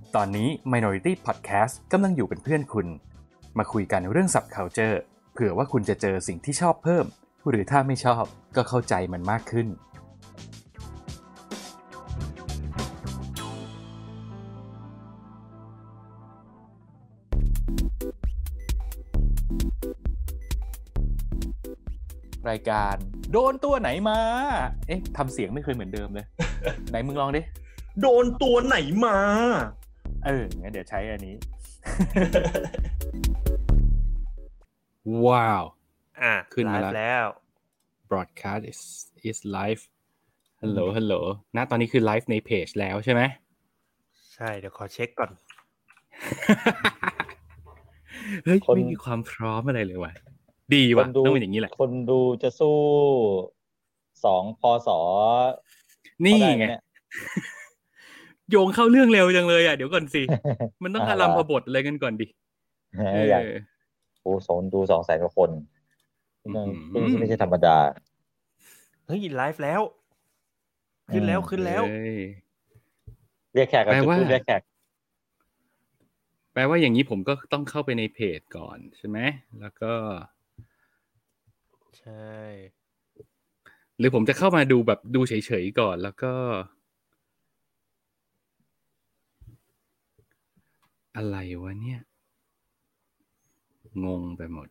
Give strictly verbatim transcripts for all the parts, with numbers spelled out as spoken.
ตอนนี้ Minority Podcast กำลังอยู่เป็นเพื่อนคุณมาคุยกันเรื่อง Subculture เผื่อว่าคุณจะเจอสิ่งที่ชอบเพิ่มหรือถ้าไม่ชอบก็เข้าใจมันมากขึ้นรายการโดนตัวไหนมาเอ๊ะทำเสียงไม่เคยเหมือนเดิมเลย ไหนมึงลองดิโดนตัวไหนมาเอองั้นเดี๋ยวใช้อันนี้ว้าวอ่ะขึ้นมาแล้ว broadcast is is live hello hello ณตอนนี้คือไลฟ์ในเพจแล้วใช่ไหมใช่เดี๋ยวขอเช็คก่อนเฮ้ยไม่มีความพร้อมอะไรเลยว่ะดีว่ะต้องเป็นอย่างนี้แหละคนดูจะสู้สองพศนี่ไงโยงเข้าเรื่องเร็วจังเลยอ่ะเดี๋ยวก่อนสิมันต้องอารัมพบทอะไรกันก่อนดิเออโอ้สนดูสองแสนกว่าคนนี่ไม่ใช่ธรรมดาเฮ้ยไลฟ์แล้วขึ้นแล้วขึ้นแล้วเรียกแขกกับจุดพูดเรียกแขกแปลว่าอย่างนี้ผมก็ต้องเข้าไปในเพจก่อนใช่ไหมแล้วก็ใช่หรือผมจะเข้ามาดูแบบดูเฉยๆก่อนแล้วก็อะไรวะเนี่ยงงไปหมด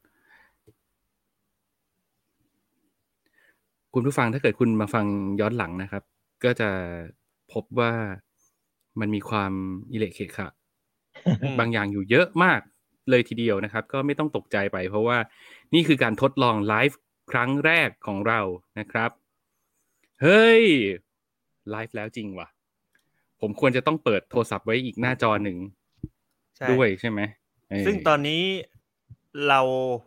คุณผู้ฟังถ้าเกิดคุณมาฟังย้อนหลังนะครับก็จะพบว่ามันมีความอิเละเขะขะ บางอย่างอยู่เยอะมากเลยทีเดียวนะครับก็ไม่ต้องตกใจไปเพราะว่านี่คือการทดลองไลฟ์ครั้งแรกของเรานะครับเฮ้ยไลฟ์แล้วจริงว่ะผมควรจะต้องเปิดโทรศัพท์ไว้อีกหน้าจอหนึ่งด้วยใช่ไหมซึ่งตอนนี้เรา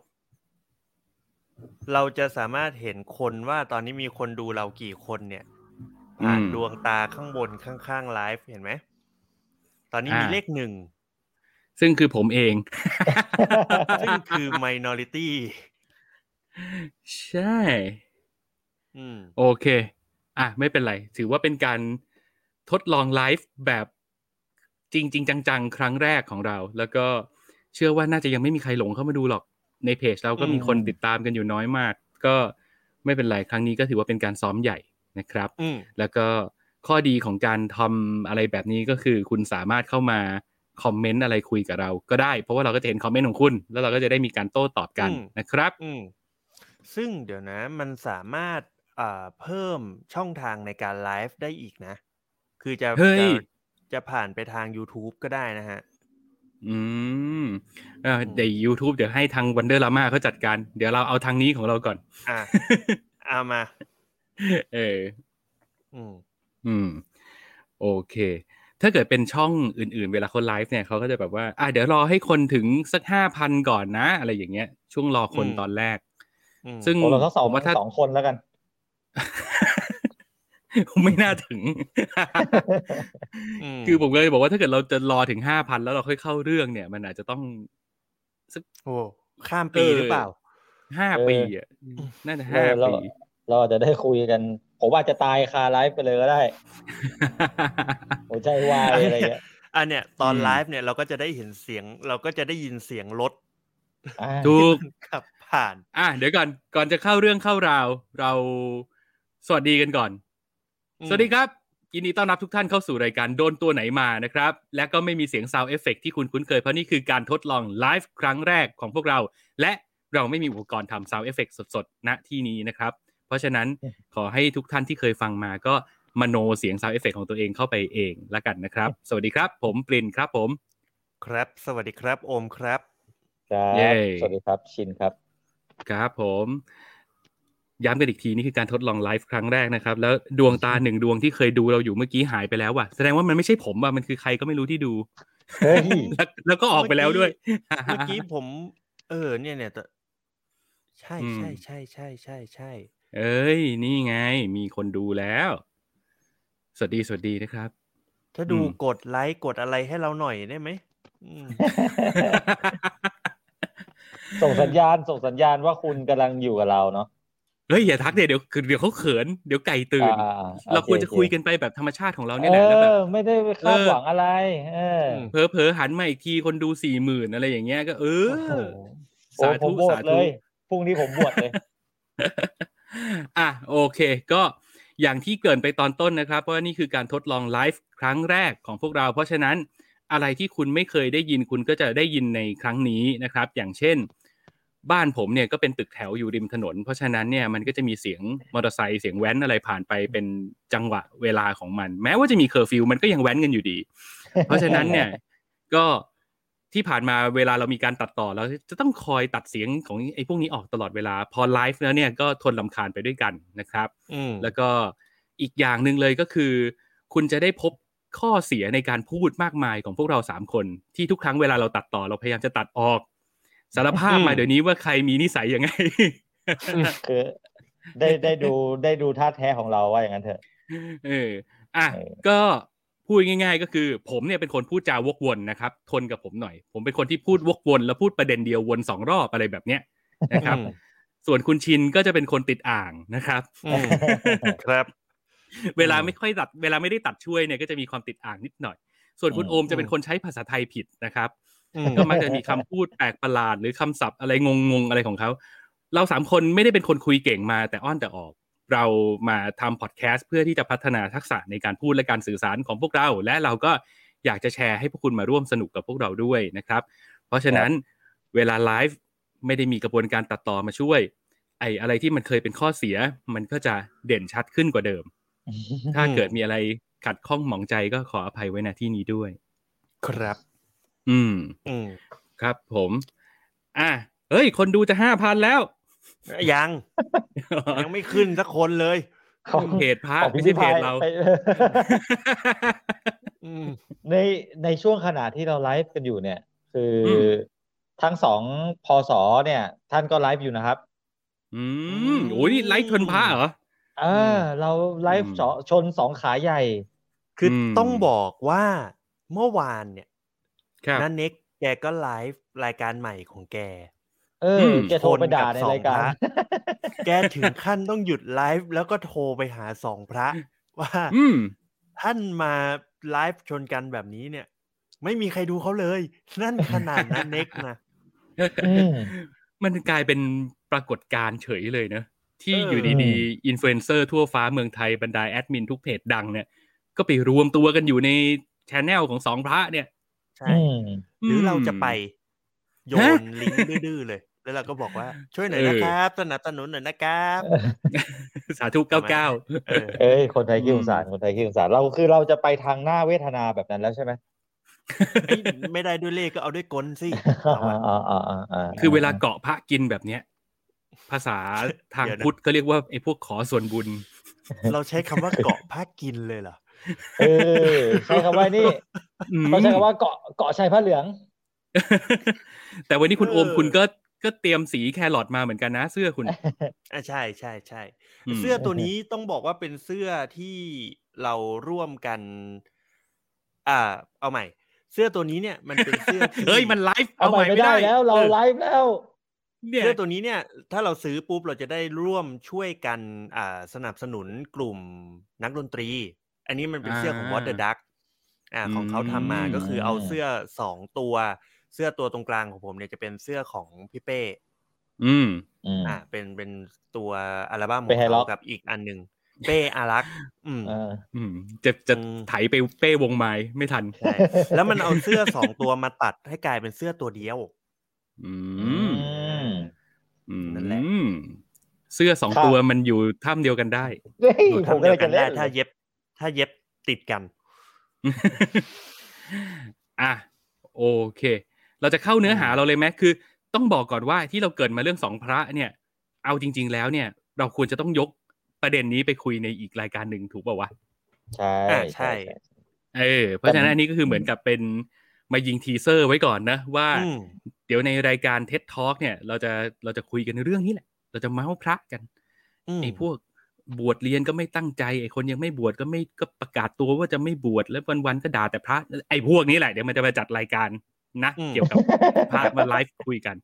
เราจะสามารถเห็นคนว่าตอนนี้มีคนดูเรากี่คนเนี่ยผ่านดวงตาข้างบนข้างๆไลฟ์เห็นไหมตอนนี้มีเลขหนึ่งซึ่งคือผมเองซึ่งคือ minority ใช่โอเคอ่ะไม่เป็นไรถือว่าเป็นการทดลองไลฟ์แบบจริงๆจังๆครั้งแรกของเราแล้วก็เชื่อว่าน่าจะยังไม่มีใครหลงเข้ามาดูหรอกในเพจเราก็มีคนติดตามกันอยู่น้อยมากก็ไม่เป็นไรครั้งนี้ก็ถือว่าเป็นการซ้อมใหญ่นะครับแล้วก็ข้อดีของการทำอะไรแบบนี้ก็คือคุณสามารถเข้ามาคอมเมนต์อะไรคุยกับเราก็ได้เพราะว่าเราก็จะเห็นคอมเมนต์ของคุณแล้วเราก็จะได้มีการโต้ตอบกันนะครับซึ่งเดี๋ยวนะมันสามารถอ่าเพิ่มช่องทางในการไลฟ์ได้อีกนะคือจะจะจะผ่านไปทาง YouTube ก็ได้นะฮะอืมเอ่อใน YouTube เดี๋ยวให้ทาง Wonder Llama เขาจัดการเดี๋ยวเราเอาทางนี้ของเราก่อนอ่ะเอามาเอออืมอืมโอเคถ้าเกิดเป็นช่องอื่นๆเวลาคนไลฟ์เนี่ยเขาก็จะแบบว่าอ่ะเดี๋ยวรอให้คนถึงสัก ห้าพัน ก่อนนะอะไรอย่างเงี้ยช่วงรอคนตอนแรกซึ่งเราทั้งสองสองคนแล้วกันไม่น่าถึงคือผมเลยบอกว่าถ้าเกิดเราจะรอถึง ห้าพัน แล้วเราค่อยเข้าเรื่องเนี่ยมันอาจจะต้องสักโอ้ข้ามปีหรือเปล่าห้าปีอ่ะน่าจะห้าปีเราจะได้คุยกันผมว่าจะตายคาไลฟ์ไปเลยก็ได้โอ้ใจวายอะไรเงี้ยอันเนี้ยตอนไลฟ์เนี่ยเราก็จะได้เห็นเสียงเราก็จะได้ยินเสียงรถถูกขับผ่านอ่ะเดี๋ยวก่อนก่อนจะเข้าเรื่องเข้าราวเราสวัสดีกันก่อนสวัสดีครับยินดีต้อนรับทุกท่านเข้าสู่รายการโดนตัวไหนมานะครับและก็ไม่มีเสียงซาวด์เอฟเฟคที่คุณคุ้นเคยเพราะนี่คือการทดลองไลฟ์ครั้งแรกของพวกเราและเราไม่มีอุปกรณ์ทำซาวด์เอฟเฟคสดๆณที่นี้นะครับเพราะฉะนั้นขอให้ทุกท่านที่เคยฟังมาก็มโนเสียงซาวด์เอฟเฟคของตัวเองเข้าไปเองละกันนะครับสวัสดีครับผมปรินครับผมครับสวัสดีครับโอมครับครับสวัสดีครับชินครับครับผมย้ำกันอีกทีนี่คือการทดลองไลฟ์ครั้งแรกนะครับแล้วดวงตาหนึ่งดวงที่เคยดูเราอยู่เมื่อกี้หายไปแล้วว่ะแสดงว่ามันไม่ใช่ผมว่ะมันคือใครก็ไม่รู้ที่ดูแล้วแล้วก็ออกไปแล้วด้วยเมื่อกี้ผมเออเนี่ยเนี่ยใช่ใช่ใช่ใช่ใช่ใช่เอ้ยนี่ไงมีคนดูแล้วสวัสดีสวัสดีนะครับถ้าดูกดไลค์กดอะไรให้เราหน่อยได้ไหมส่งสัญญาณส่งสัญญาณว่าคุณกำลังอยู่กับเราเนาะเฮ้ยอย่าทักเดี๋ยวเดี๋ยวเดี๋ยวเขาเขินเดี๋ยวไก่ตื่นเราควรจะคุยกันไปแบบธรรมชาติของเราเนี่ยแหละแล้วแบบไม่ได้คาดหวังอะไรเออเผลอๆหันมาอีกทีคนดู สี่หมื่น อะไรอย่างเงี้ยก็เออสาธุสาธุพรุ่งนี้ผมบวชเลยอ่ะโอเคก็อย่างที่เกริ่นไปตอนต้นนะครับว่านี่คือการทดลองไลฟ์ครั้งแรกของพวกเราเพราะฉะนั้นอะไรที่คุณไม่เคยได้ยินคุณก็จะได้ยินในครั้งนี้นะครับอย่างเช่นบ้านผมเนี่ยก็เป็นตึกแถวอยู่ริมถนนเพราะฉะนั้นเนี่ยมันก็จะมีเสียงมอเตอร์ไซค์เสียงแว้นอะไรผ่านไปเป็นจังหวะเวลาของมันแม้ว่าจะมีเคอร์ฟิวมันก็ยังแว้นกันอยู่ดีเพราะฉะนั้นเนี่ยก็ที่ผ่านมาเวลาเรามีการตัดต่อเราจะต้องคอยตัดเสียงของไอ้พวกนี้ออกตลอดเวลาพอไลฟ์แล้วเนี่ยก็ทนรำคาญไปด้วยกันนะครับแล้วก็อีกอย่างนึงเลยก็คือคุณจะได้พบข้อเสียในการพูดมากมายของพวกเราสามคนที่ทุกครั้งเวลาเราตัดต่อเราพยายามจะตัดออกสารภาพมาเดี๋ยวนี้ว่าใครมีนิสัยยังไงคือได้ได้ดูได้ดูท่าแท้ของเราว่าอย่างนั้นเถอะเอออ่ะก็พูดง่ายๆก็คือผมเนี่ยเป็นคนพูดจาวกวนนะครับทนกับผมหน่อยผมเป็นคนที่พูดวกวนแล้วพูดประเด็นเดียววนสองรอบอะไรแบบเนี้ยนะครับส่วนคุณชินก็จะเป็นคนติดอ่างนะครับครับเวลาไม่ค่อยตัดเวลาไม่ได้ตัดช่วยเนี่ยก็จะมีความติดอ่างนิดหน่อยส่วนคุณโอมจะเป็นคนใช้ภาษาไทยผิดนะครับก็มักจะมีคำพูดแปลกประหลาดหรือคำศัพท์อะไรงงๆอะไรของเขาเราสามคนไม่ได้เป็นคนคุยเก่งมาแต่อ้อนแต่ออกเรามาทำพอดแคสต์เพื่อที่จะพัฒนาทักษะในการพูดและการสื่อสารของพวกเราและเราก็อยากจะแชร์ให้พวกคุณมาร่วมสนุกกับพวกเราด้วยนะครับเพราะฉะนั้นเวลาไลฟ์ไม่ได้มีกระบวนการตัดต่อมาช่วยไอ้อะไรที่มันเคยเป็นข้อเสียมันก็จะเด่นชัดขึ้นกว่าเดิมถ้าเกิดมีอะไรขัดข้องหมองใจก็ขออภัยไว้ณที่นี้ด้วยครับอืมอืมครับผมอ่ะเฮ้ยคนดูจะ ห้าพัน แล้วยังยังไม่ขึ้นสักคนเลยเพจพระไม่ใช่เพจเราในในช่วงขณะที่เราไลฟ์กันอยู่เนี่ยคือทั้งสองพศเนี่ยท่านก็ไลฟ์อยู่นะครับอืมโอ้ยไลฟ์ชนพระเหรอเออเราไลฟ์ชนสองขาใหญ่คือต้องบอกว่าเมื่อวานเนี่ยนั่นเน็กแกก็ไลฟ์รายการใหม่ของแกเออแกโทรไปด่าในรายการแกถึงขั้นต้องหยุดไลฟ์แล้วก็โทรไปหาสองพระว่าท่านมาไลฟ์ชนกันแบบนี้เนี่ยไม่มีใครดูเขาเลยนั่นขนาดนั้นเน็กนะมันกลายเป็นปรากฏการณ์เฉยเลยเนอะที่อยู่ดีๆอินฟลูเอนเซอร์ทั่วฟ้าเมืองไทยบรรดาแอดมินทุกเพจดังเนี่ยก็ไปรวมตัวกันอยู่ในแชนแนลของสองพระเนี่ยใช่หรือเราจะไปโยนลิงก์ดื้อๆเลยแล้วเราก็บอกว่าช่วยหน่อยนะครับสนับสนุนหน่อยนะครับสาธุเก้าเก้าเอ้ยคนไทยขี้สงสารคนไทยขี้สงสารเราคือเราจะไปทางหน้าเวทนาแบบนั้นแล้วใช่ไหมไม่ได้ด้วยเลขก็เอาด้วยกลสิคือเวลาเกาะพระกินแบบเนี้ยภาษาทางพุทธก็เรียกว่าไอ้พวกขอส่วนบุญเราใช้คำว่าเกาะพระกินเลยเหรอเออใช้คำว่านี่เขาใช้คำว่าเกาะเกาะชายพระเหลืองแต่วันนี้คุณโอมคุณก็ก็เตรียมสีแครอทมาเหมือนกันนะเสื้อคุณอ่ะใช่ใช่ใช่เสื้อตัวนี้ต้องบอกว่าเป็นเสื้อที่เราร่วมกันอ่าเอาใหม่เสื้อตัวนี้เนี่ยมันเป็นเสื้อเฮ้ยมันไลฟ์เอาใหม่ไม่ได้แล้วเราไลฟ์แล้วเสื้อตัวนี้เนี่ยถ้าเราซื้อปุ๊บเราจะได้ร่วมช่วยกันอ่าสนับสนุนกลุ่มนักดนตรีอันนี้มันเป็นเสื้อของ What the Duck อ่าของเขาทำมาก็คือเอาเสื้อสองตัวเสื้อตัวตรงกลางของผมเนี่ยจะเป็นเสื้อของพี่เป้อืมอ่าเป็นเป็นตัวอัลบั้มของเขากับอีกอันนึงเป้อารักษ์อืมอืมจะจะไถไปเป้วงไม้ไม่ทันใช่แล้วมันเอาเสื้อสองตัวมาตัดให้กลายเป็นเสื้อตัวเดียวอืมอืมนั่นแหละเสื้อสองตัวมันอยู่ท่ามเดียวกันได้อยู่ท่ามเดียวกันได้ถ้าเย็บถ้าเย็บติดกันอ่ะโอเคเราจะเข้าเนื้อหาเราเลยไหมคือต้องบอกก่อนว่าที่เราเกิดมาเรื่องสองพระเนี่ยเอาจริงๆแล้วเนี่ยเราควรจะต้องยกประเด็นนี้ไปคุยในอีกรายการหนึ่งถูกป่าววะใช่ใช่เออเพราะฉะนั้นอันนี้ก็คือเหมือนกับเป็นมายิงทีเซอร์ไว้ก่อนนะว่าเดี๋ยวในรายการ ที อี ดี Talk เนี่ยเราจะเราจะคุยกันในเรื่องนี้แหละเราจะเมาส์พระกันไอ้พวกบวชเรียนก็ไม่ตั้งใจไอ้คนยังไม่บวชก็ไม่ก็ประกาศตัวว่าจะไม่บวชแล้ววันๆก็ด่าแต่พระไอ้พวกนี้แหละเดี๋ยวมันจะมาจัดรายการนะเกี่ยวกับพระมาไลฟ์คุยกัน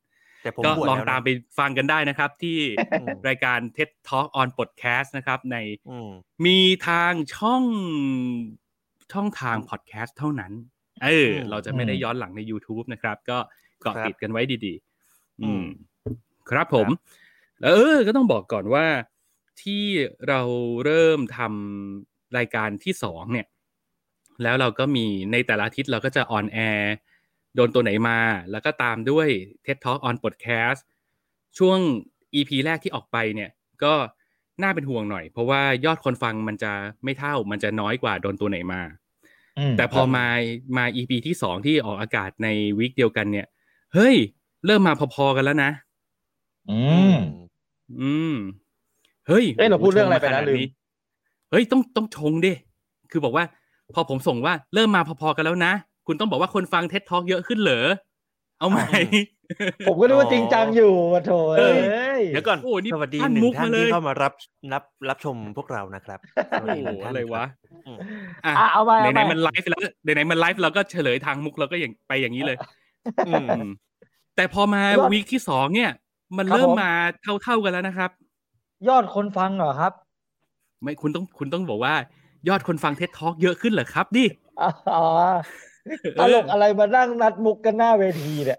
แต่ผมก็บวชลองแล้วนะตามไปฟังกันได้นะครับ ที่ รายการ ที อี ดี Talk on Podcast นะครับ ในอืมมีทางช่องช่องทาง podcast เท่านั้น เอออืมเราจะไม่ได้อืมย้อนหลังใน YouTube นะครับ ก็เกาะครับติดกันไว้ดีๆอือืมม ครับผมครับแล้วเออ ก็ต้องบอกก่อนว่าที่เราเริ่มทำรายการที่สองเนี่ย แล้วเราก็มีในแต่ละอาทิตย์เราก็จะออนแอร์โดนตัวไหนมา แล้วก็ตามด้วย ที อี ดี Talk on Podcast ช่วง อี พี แรกที่ออกไปเนี่ยก็น่าเป็นห่วงหน่อย เพราะว่ายอดคนฟังมันจะไม่เท่ามันจะน้อยกว่าโดนตัวไหนมาอืมแต่พอมามา อี พี ที่สองที่ออกอากาศในวีคเดียวกันเนี่ยเฮ้ยเริ่มมาพอๆกันแล้วนะอือืมมอืมเฮ้ยเอ้ยเราพูดเรื่องอะไรโโหไปนะชงมาขนาดลืมนี้เฮ้ยต้องต้องชงดิคือบอกว่าพอผมส่งว่าเริ่มมาพอๆกันแล้วนะคุณต้องบอกว่าคนฟัง ที อี ดี Talk เยอะขึ้นเหรอเอาใหม่ผมก็นึกว่าจริงจังอยู่วะโถเอเอ้อยเดี๋ยวก่อนโอ้นี่สวัสดีปั้นหนึ่มุงกท่านมาเลยที่เข้ามารับรับรับชมพวกเรานะครับสวัสโอ้ดีโหหนึ่งท่านอะไรครัวะบอืมอ่ะอ่ะเอาไปเอาไหไปนๆมันไลฟ์แล้วไหนๆมันไลฟ์เราก็เฉลยทางมุกเราก็อย่างไปอย่างนี้เลยอืมอืมแต่พอมายอดวีคที่สองเนี่ย มันครับเริ่มผมมาเท่าๆกันแล้วนะครับยอดคนฟังเหรอครับไม่คุณต้องคุณต้องบอกว่ายอดคนฟัง ที อี ดี Talk เยอะขึ้นเหรอครับดิอ๋อตลกอะไรมานั่งนัดมุกกันหน้าเวทีเนี่ย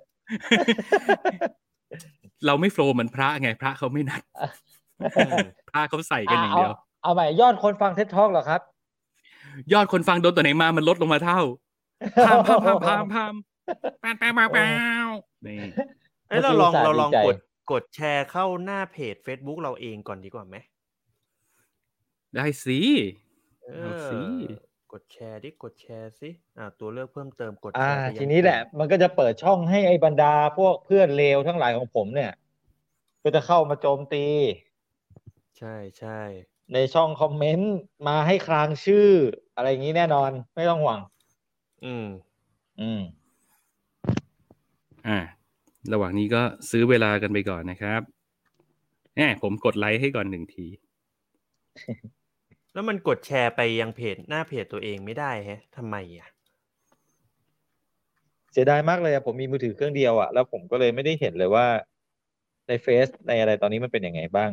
เราไม่โฟลว์เหมือนพระไงพระเขาไม่นัดอืมพระเขาใส่กันอย่างเดียวเอาเอาใหม่ยอดคนฟังเท็ดทอล์กเหรอครับยอดคนฟังโดนตัวไหนมามันลดลงมาเท่าพามพามพามพามพามแป๊บแป๊บแป๊บแป๊บนี่เอ้ยเราลองเมื่อกี้เราลองอุตส่าห์ดีใจกดกดแชร์เข้าหน้าเพจ Facebook เราเองก่อนดีกว่าไหมได้สิเอเอาอสิกดแชร์ดิกดแชร์สิอ่าตัวเลือกเพิ่มเติมกดอ่าแชร์ไปยังทีนี้แหละกลุ่มมันก็จะเปิดช่องให้ไอ้บรรดาพวกเพื่อนเลวทั้งหลายของผมเนี่ย ก็จะเข้ามาโจมตีใช่ใช่ในช่องคอมเมนต์มาให้ครางชื่อ อะไรอย่างนี้แน่นอน ไม่ต้องห่วงอืมอืมอ่าระหว่างนี้ก็ซื้อเวลากันไปก่อนนะครับแหมผมกดไลค์ให้ก่อนหนึ่งทีแล้วมันกดแชร์ไปยังเพจหน้าเพจตัวเองไม่ได้แฮะทำไมอ่ะเสียดายมากเลยอะผมมีมือถือเครื่องเดียวอะแล้วผมก็เลยไม่ได้เห็นเลยว่าในเฟซในอะไรตอนนี้มันเป็นยังไงบ้าง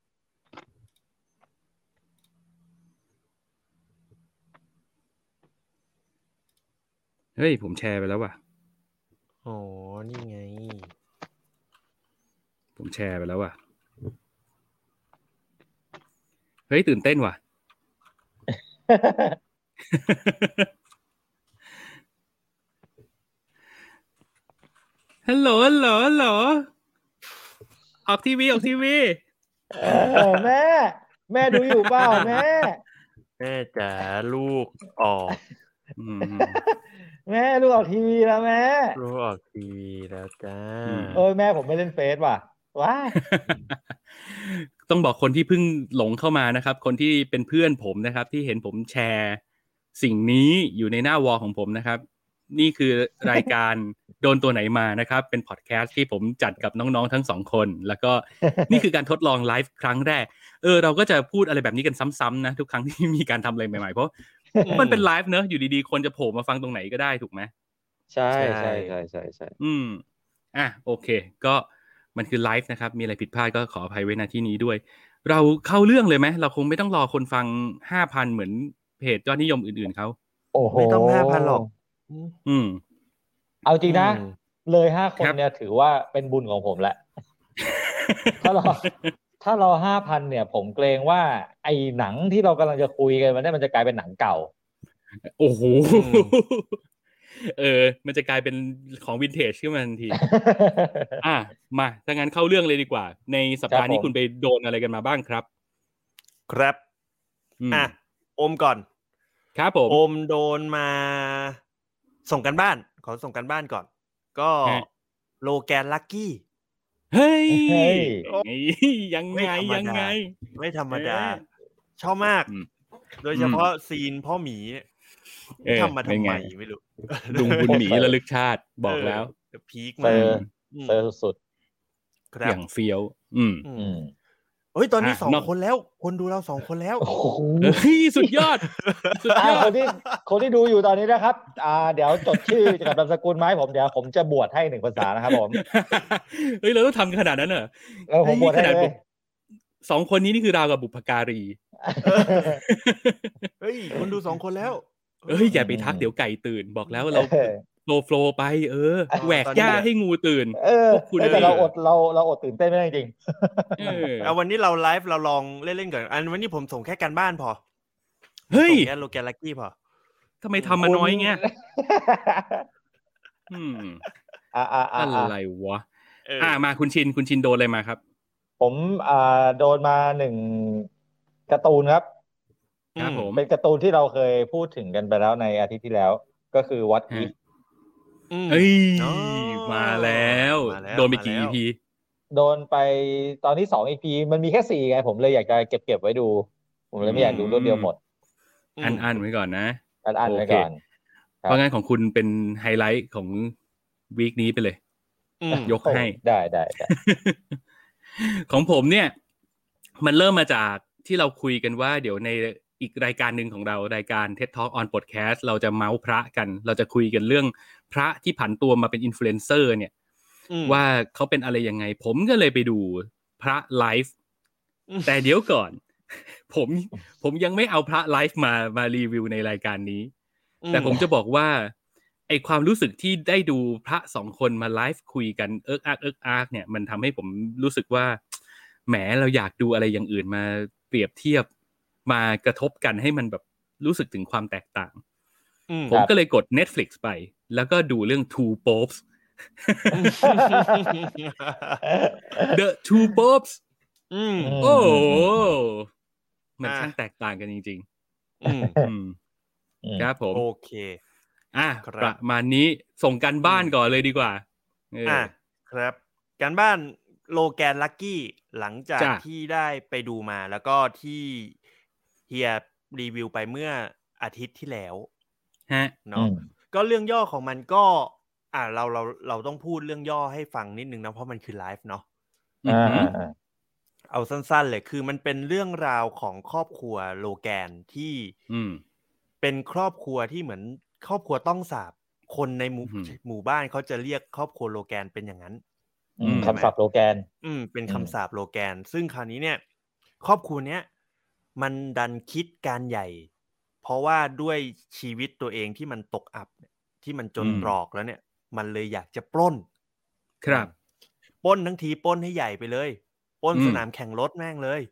เฮ้ยผมแชร์ไปแล้วว่ะอ๋อ นี่ไงผมแชร์ไปแล้วว่ะเฮ้ยตื่นเต้นว่ะ ฮัลโหลฮัลโหลฮัลโหลออกทีวีออกทีวีเออแม่ แม่ดูอยู่เปล่าแม่แม่จ๋าลูกออกอืมแม่ดูออกทีวีแล้วแม่ลูกออกทีวีแล้วจ้าอืมเอ้ยแม่ผมไม่เล่นเฟซว่ะว้ายต้องบอกคนที่เพิ่งหลงเข้ามานะครับ คนที่เป็นเพื่อนผมนะครับ ที่เห็นผมแชร์สิ่งนี้อยู่ในหน้าวอลของผมนะครับ นี่คือรายการ โดนตัวไหนมานะครับ เป็นพอดแคสต์ที่ผมจัดกับน้องๆทั้งสองคน แล้วก็ นี่คือการทดลองไลฟ์ครั้งแรก เออเราก็จะพูดอะไรแบบนี้กันซ้ำๆนะทุกครั้งที่มีการทำอะไรใหม่ๆเพราะมันเป็นไลฟ์เนอะอยู่ดีๆคนจะโผล่มาฟังตรงไหนก็ได้ถูกไหมใช่ใช่ใช่ใช่ใช่ใช่อืมอ่ะโอเคก็มันคือไลฟ์นะครับมีอะไรผิดพลาดก็ขออภัยไว้ณที่นี้ด้วย เราเข้าเรื่องเลยไหมเราคงไม่ต้องรอคนฟัง ห้าพัน เหมือนเพจยอดนิยมอื่นๆเขาโอ้โหไม่ต้องห้าพันหรอก อืมอืมเอาจริงนะอืมเลยห้าคนครับเนี่ยถือว่าเป็นบุญของผมแหละ ถ้ารอ ถ้ารอห้าพันเนี่ย ผมเกรงว่าไอ้หนังที่เรากำลังจะคุยกันมันเนี่ยมันจะกลายเป็นหนังเก่าโอ้โหอืมเออ มันจะกลายเป็นของวินเทจขึ้นมาทันที อ่ะมาถ้างั้นเข้าเรื่องเลยดีกว่า ในสัปดาห์นี้ครับผมคุณไปโดนอะไรกันมาบ้างครับครับอืมอ่ะอมก่อนครับผมอมโดนมา ส่งกันบ้าน ขอส่งกันบ้านก่อน ก็ฮะโลแกนลักกี้เฮ้ยเฮ้ยยังไม่ไงธรรมดายังไงไม่ธรรมดาเออชอบมากอืมโดยเฉพาะซีนพ่อหมีเนี่ยเออทำมาเป็นทำไงไมไม่รู้ลุงบุญหมีระลึกชาติบอกแล้วเพีคเซมาอก ร์อืมเซอร์สุดครัอบ ย่างเฟี้ยว อืมอือืมมเฮ้ยตอนนี้สองคนแล้วคนดูเราสองคนแล้วโอ้โหสุดยอดสุดยอดคนที่คนที่ดูอยู่ตอนนี้นะครับอ่าเดี๋ยวจดชื่อกับนามสกุลมาให้ผมเดี๋ยวผมจะบวชให้หนึ่งภาษานะครับผมเฮ้ยเราต้องทำขนาดนั้นเหรอเออผมบวชให้เลยสองคนนี้นี่คือราวกับบุพการีเฮ้ยคนดูสองคนแล้วเฮ้ยอย่าไปทักเดี๋ยวไก่ตื่นบอกแล้วเราโฟล์โฟล์ไปเออแหวกหญ้าให้งูตื่นเออแต่เราอดเราเราอดตื่นเต้นไม่ได้จริงเออเอาวันนี้เราไลฟ์เราลองเล่นๆก่อนอันวันนี้ผมส่งแค่การบ้านพอเฮ้ยแค่โลแกนลัคกี้พอทำไมทำมาน้อยเงี้ยอืมอ่าอ่าอะไรวะอ่ามาคุณชินคุณชินโดนอะไรมาครับผมอ่าโดนมาหนึ่งการ์ตูนครับครับผมเป็นการ์ตูนที่เราเคยพูดถึงกันไปแล้วในอาทิตย์ที่แล้วก็คือ What If เฮ้ยมาแล้วโดนไปกี่ อี พีโดนไปตอนที่สอง อี พี มันมีแค่สี่ไงผมเลยอยากจะเก็บเก็บไว้ดูผมเลยไม่อยากดูรวดเดียวหมดอันๆไว้ก่อนนะอันๆไว้ก่อนเพราะงั้นของคุณเป็นไฮไลท์ของวีคนี้ไปเลยยกให้ได้ได้ของผมเนี่ยมันเริ่มมาจากที่เราคุยกันว่าเดี๋ยวในอีกรายการหนึ่งของเรารายการ ที อี ดี Talk on Podcast เราจะเมาส์พระกันเราจะคุยกันเรื่องพระที่ผันตัวมาเป็นอินฟลูเอนเซอร์เนี่ยว่าเขาเป็นอะไรยังไงผมก็เลยไปดูพระไลฟ์แต่เดี๋ยวก่อนผมผมยังไม่เอาพระไลฟ์มามารีวิวในรายการนี้แต่ผมจะบอกว่าไอความรู้สึกที่ได้ดูพระสองคนมาไลฟ์คุยกันเอิ๊กอักเอิ๊กอักเนี่ยมันทำให้ผมรู้สึกว่าแหมเราอยากดูอะไรอย่างอื่นมาเปรียบเทียบมากระทบกันให้มันแบบรู้สึกถึงความแตกต่างผมก็เลยกด Netflix ไปแล้วก็ดูเรื่อง Two Popes The Two Popes อืมโอ้มันช่างแตกต่างกันจริงๆอืมครับผมโอเคอ่ะประมาณนี้ส่งกันบ้านก่อนเลยดีกว่าอ่ะครับการบ้านโลแกนลัคกี้หลังจากที่ได้ไปดูมาแล้วก็ที่เฮียรีวิวไปเมื่ออาทิตย์ที่แล้วฮะเนาะก็เรื่องย่อของมันก็อ่ะเราเราเราต้องพูดเรื่องย่อให้ฟังนิดนึงนะเพราะมันคือไลฟ์เนาะเอาสั้นๆเลยคือมันเป็นเรื่องราวของครอบครัวโลแกนที่เป็นครอบครัวที่เหมือนครอบครัวต้องสาบคนในหมู่หมู่บ้านเขาจะเรียกครอบครัวโลแกนเป็นอย่างนั้นคำศัพท์โลแกนอืมเป็นคำสาปโลแกนซึ่งคราวนี้เนี่ยครอบครัวเนี้ยมันดันคิดการใหญ่เพราะว่าด้วยชีวิตตัวเองที่มันตกอับที่มันจนตรอกแล้วเนี่ยมันเลยอยากจะปล้นครับปล้นทั้งทีปล้นให้ใหญ่ไปเลยปล้นสนามแข่งรถแม่งเลย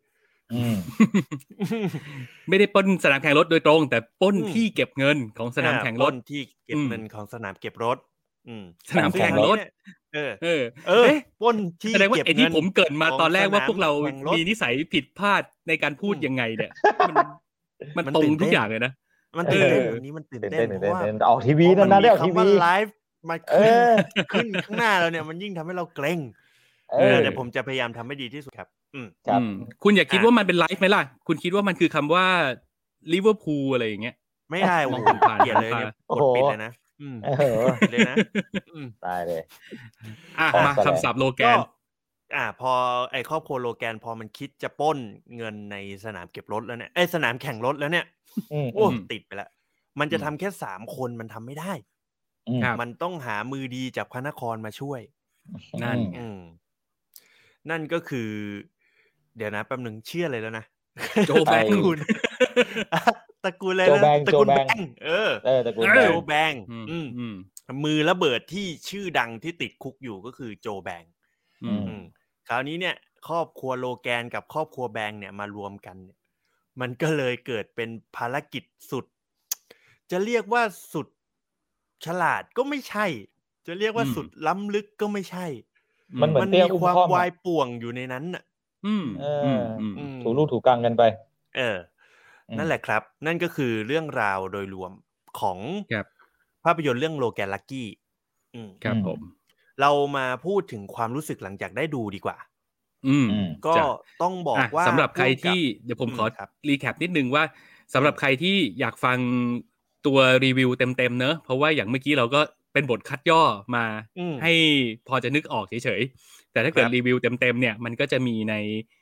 ไม่ได้ปล้นสนามแข่งรถโดยตรงแต่ปล้นที่เก็บเงินของสนามแข่งรถที่เก็บเงินของสนามเก็บรถสนามแข่งรถเออเออเออปล้นที่แสดงว่าไอ้ที่ผมเกิดมาตอนแรกว่าพวกเรามีนิสัยผิดพลาดในการพูดยังไงเนี่ยมันมันตรงทุกอย่างเลยนะมันตื่นเต้นอันนี้มันตื่นเต้นเพราะว่าออกทีวีนั่นนะได้ออกทีวีไลฟ์มาขึ้นข้างหน้าเราเนี่ยมันยิ่งทำให้เราเกรงแต่ผมจะพยายามทำให้ดีที่สุดครับครับคุณอย่าคิดว่ามันเป็นไลฟ์ไหมล่ะคุณคิดว่ามันคือคำว่าลิเวอร์พูลอะไรอย่างเงี้ยไม่ได้โอ้โหเกลียดเลยเนี่ยกดปิดเลยนะอืมเลยนะตายเลยอ่ะมาคำศัพท์โลแกนอ่าพอไอ้ครอบครัวโลแกนพอมันคิดจะปล้นเงินในสนามเก็บรถแล้วเนี่ยไอ้สนามแข่งรถแล้วเนี่ยโอ้ติดไปแล้วมันจะทำแค่สามคนมันทำไม่ได้มันต้องหามือดีจากพระนครมาช่วยนั่นนั่นก็คือเดี๋ยวนะแป๊บนึงเชื่อเลยแล้วนะโจแบงคุณตระกูลเลยนะตระกูลแบงเออเออตระกูลโจแบงอืมมือระเบิดที่ชื่อดังที่ติดคุกอยู่ก็คือโจแบงคราวนี้เนี่ยครอบครัวโลแกนกับครอบครัวแบงเนี่ยมารวมกันเนี่ยมันก็เลยเกิดเป็นภารกิจสุดจะเรียกว่าสุดฉลาดก็ไม่ใช่จะเรียกว่าสุดล้ำลึกก็ไม่ใช่มันเหมือนมีความวายป่วงอยู่ในนั้นน่ะอืมเออถูลูกถูกังกันไปเออนั่นแหละครับนั่นก็คือเรื่องราวโดยรวมของภาพยนตร์เรื่องโลแกนลัคกี้ครับผมเรามาพูดถึงความรู้สึกหลังจากได้ดูดีกว่าอืมก็ต้องบอกว่าสำหรับใครที่เดี๋ยวผมขอรีแคปนิดนึงว่าสำหรับใครที่อยากฟังตัวรีวิวเต็มๆเนอะเพราะว่าอย่างเมื่อกี้เราก็เป็นบทคัดย่อมาให้พอจะนึกออกเฉยๆแต่ถ้าเกิดรีวิวเต็มๆเนี่ยมันก็จะมีใน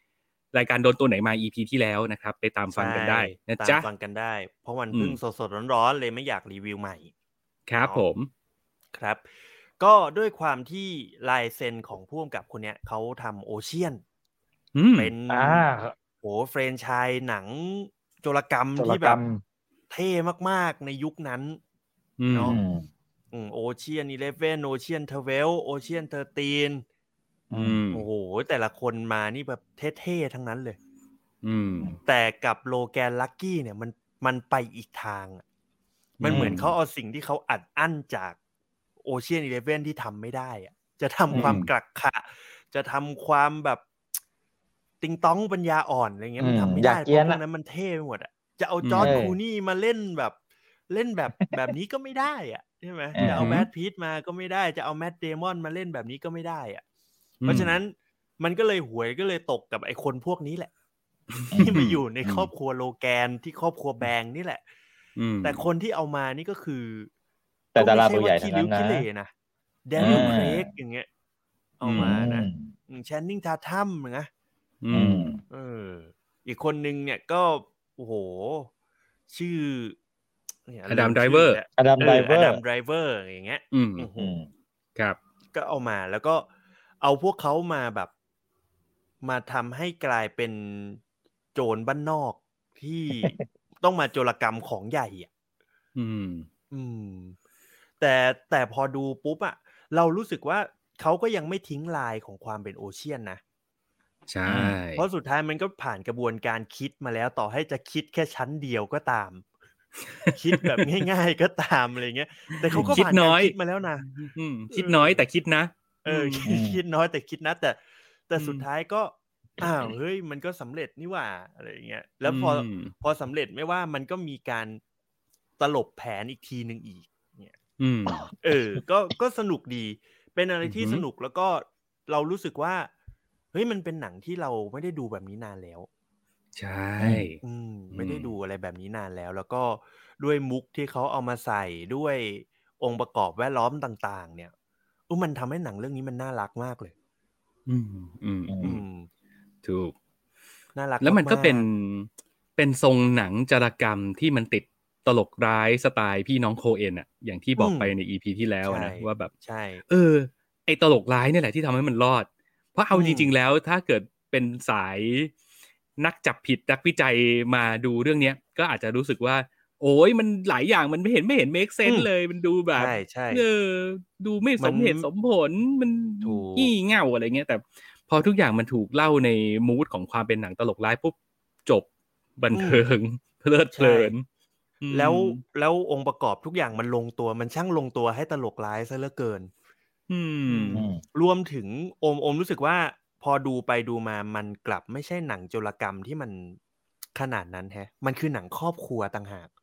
รายการโดนตัวไหนมา อี พี ที่แล้วนะครับไปตามฟังกันได้นะจ๊ะตามฟังกันได้เพราะมันเพิ่งสดๆร้อนๆเลยไม่อยากรีวิวใหม่ครับผมครับก็ด้วยความที่ลายเซ็นของผู้กำกับคนเนี้ยเขาทำโอเชียนเป็นโหเฟรนไชส์หนังโจรกรรมที่แบบเท่มากๆในยุคนั้นเนาะโอเชียนอีเลฟเว่นโอเชียนทเวลโอเชียนเทอร์ตีนโอ้โหแต่ละคนมานี่แบบเท่ๆทั้งนั้นเลยแต่กับโลแกนลัคกี้เนี่ยมันมันไปอีกทางมันเหมือนเขาเอาสิ่งที่เขาอัดอั้นจากโอเชียนอีเลฟเว่นที่ทำไม่ได้อะจะทำความกลักขะจะทำความแบบติงต้องปัญญาอ่อนอะไรเงี้ยมันทำไม่ได้เพราะพวกนั้นมันเท่ไปหมดอ่ะจะเอาจอร์จคลูนี่มาเล่นแบบเล่นแบบแบบนี้ก็ไม่ได้อ่ะใช่ไหมจะเอาแบทพีทมาก็ไม่ได้จะเอาแมทเดมอนมาเล่นแบบนี้ก็ไม่ได้อ่ะเพราะฉะนั้นมันก็เลยหวยก็เลยตกกับไอ้คนพวกนี้แหละที่มาอยู่ในครอบครัวโลแกนที่ครอบครัวแบงนี่แหละแต่คนที่เอามานี่ก็คือแต่ดาราตัวใหญ่ทั้งนั้นนะแดเนียล เครกอย่างเงี้ยเอามานะแชนนิง ทาทัมนะเอออีกคนนึงเนี่ยก็โอ้โหชื่ออดัมไดรเวอร์อดัมไดรเวอร์อดัมไดรเวอร์อย่างเงี้ยอืมครับก็เอามาแล้วก็เอาพวกเขามาแบบมาทำให้กลายเป็นโจรบ้านนอกที่ต้องมาโจรกรรมของใหญ่อ่ะอืมอืมแต่แต่พอดูปุ๊บอ่ะเรารู้สึกว่าเขาก็ยังไม่ทิ้งลายของความเป็นโอเชียนนะใช่เพราะสุดท้ายมันก็ผ่านกระบวนการคิดมาแล้วต่อให้จะคิดแค่ชั้นเดียวก็ตามคิดแบบง่ายๆก็ตามอะไรเงี้ยแต่เขาก็ผ่านการคิดมาแล้วนะคิดน้อยแต่คิดนะเออคิดน้อยแต่คิดนะแต่แต่สุดท้ายก็อ้าวเฮ้ยมันก็สำเร็จนี่หว่าอะไรเงี้ยแล้วพอพอสำเร็จไม่ว่ามันก็มีการตลบแผนอีกทีนึงอีกเนี่ยเออก็ก็สนุกดีเป็นอะไรที่สนุกแล้วก็เรารู้สึกว่าเฮ้ยมันเป็นหนังที่เราไม่ได้ดูแบบนี้นานแล้วใช่อืมไม่ได้ดูอะไรแบบนี้นานแล้วแล้วก็ด้วยมุกที่เขาเอามาใส่ด้วยองค์ประกอบแวดล้อมต่างๆเนี่ยอุ้มันทำให้หนังเรื่องนี้มันน่ารักมากเลยอืมอืมอืมถูกน่ารักแล้วมันก็เป็นเป็นทรงหนังจารกรรมที่มันติดตลกร้ายสไตล์พี่น้องโคเอนอ่ะอย่างที่บอกไปใน อี พี ที่แล้วนะว่าแบบใช่เออไอตลกร้ายนี่แหละที่ทำให้มันรอดเพราะเอาจริงๆแล้วถ้าเกิดเป็นสายนักจับผิดนักวิจัยมาดูเรื่องนี้ก็อาจจะรู้สึกว่าโอ้ยมันหลายอย่างมันไม่เห็นไม่เห็นเมคเซนส์เลยมันดูแบบเออดูไม่สมเหตุสมผลมันงี่เง่าอะไรเงี้ยแต่พอทุกอย่างมันถูกเล่าในมูดของความเป็นหนังตลกร้ายปุ๊บจบบันเทิงเพลิดเพลินแล้วแล้วองค์ประกอบทุกอย่างมันลงตัวมันช่างลงตัวให้ตลกร้ายซะเหลือเกินรวมถึงโอมโอมรู้สึกว่าพอดูไปดูมามันกลับไม่ใช่หนังโจรกรรมที่มันขนาดนั้นแฮะมันคือหนังครอบครัวต่างหาก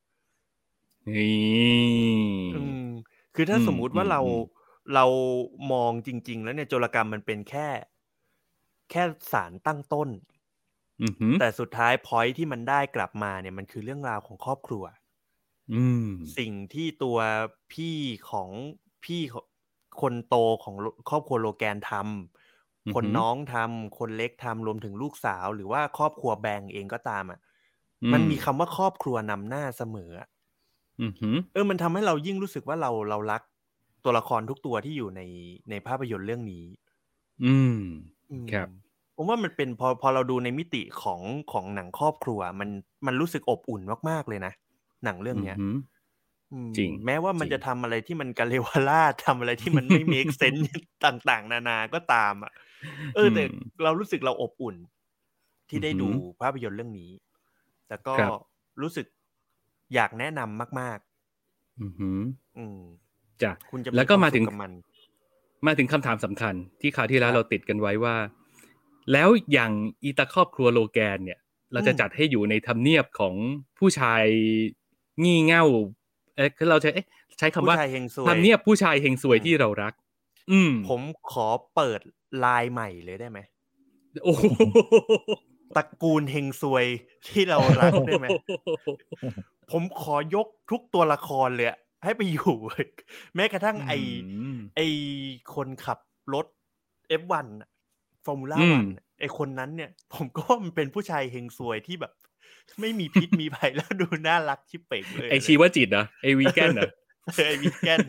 นี่คือถ้าสมมุติว่าเราเรามองจริงๆแล้วเนี่ยโจรกรรมมันเป็นแค่แค่สารตั้งต้นแต่สุดท้ายพอยท์ที่มันได้กลับมาเนี่ยมันคือเรื่องราวของครอบครัวสิ่งที่ตัวพี่ของพี่คนโตของครอบครัวโลแกนทำคนน้องทำคนเล็กทำรวมถึงลูกสาวหรือว่าครอบครัวแบงเองก็ตามอ่ะมันมีคำว่าครอบครัวนำหน้าเสมอเออมันทำให้เรายิ่งรู้สึกว่าเราเรารักตัวละครทุกตัวที่อยู่ในในภาพยนตร์เรื่องนี้อืมครับผมว่ามันเป็นพอพอเราดูในมิติของของหนังครอบครัวมันมันรู้สึกอบอุ่นมากๆเลยนะหนังเรื่องเนี้ยจริงแม้ว่ามันจะทำอะไรที่มันกาเลวราดทำอะไรที่มันไม่เมคเซนส์ต่างๆนานาก็ตามอ่ะเออแต่เรารู้สึกเราอบอุ่นที่ได้ดูภาพยนตร์เรื่องนี้แต่ก็รู้สึกอยากแนะนำมากๆอือหืออืมจ้ะคุณจะแล้วก็มาถึงมาถึงคำถามสำคัญที่คราวที่แล้วเราติดกันไว้ว่าแล้วอย่างอีตาครอบครัวโลแกนเนี่ยเราจะจัดให้อยู่ในทำเนียบของผู้ชายงี่เง่าเอ๊ะเราจะเอ๊ะใช้คำว่าทำเนียบผู้ชายเฮงซวยที่เรารักอืมผมขอเปิดลายใหม่เลยได้ไหมโอ้ตระกูลเฮงซวยที่เรารักได้ไหมผมขอยกทุกตัวละครเลยให้ไปอยู่แม้กระทั่งไอไอคนขับรถ เอฟ วัน ฟอร์มูล่า วันไอ้คนนั้นเนี่ยผมก็ว่ามันเป็นผู้ชายเฮงซวยที่แบบไม่มีพิษมีภัยแล้วดูน่ารักชิบเป่งเลยไอชีวจิตเหรอไอวีแกนเหรอไอวีแกน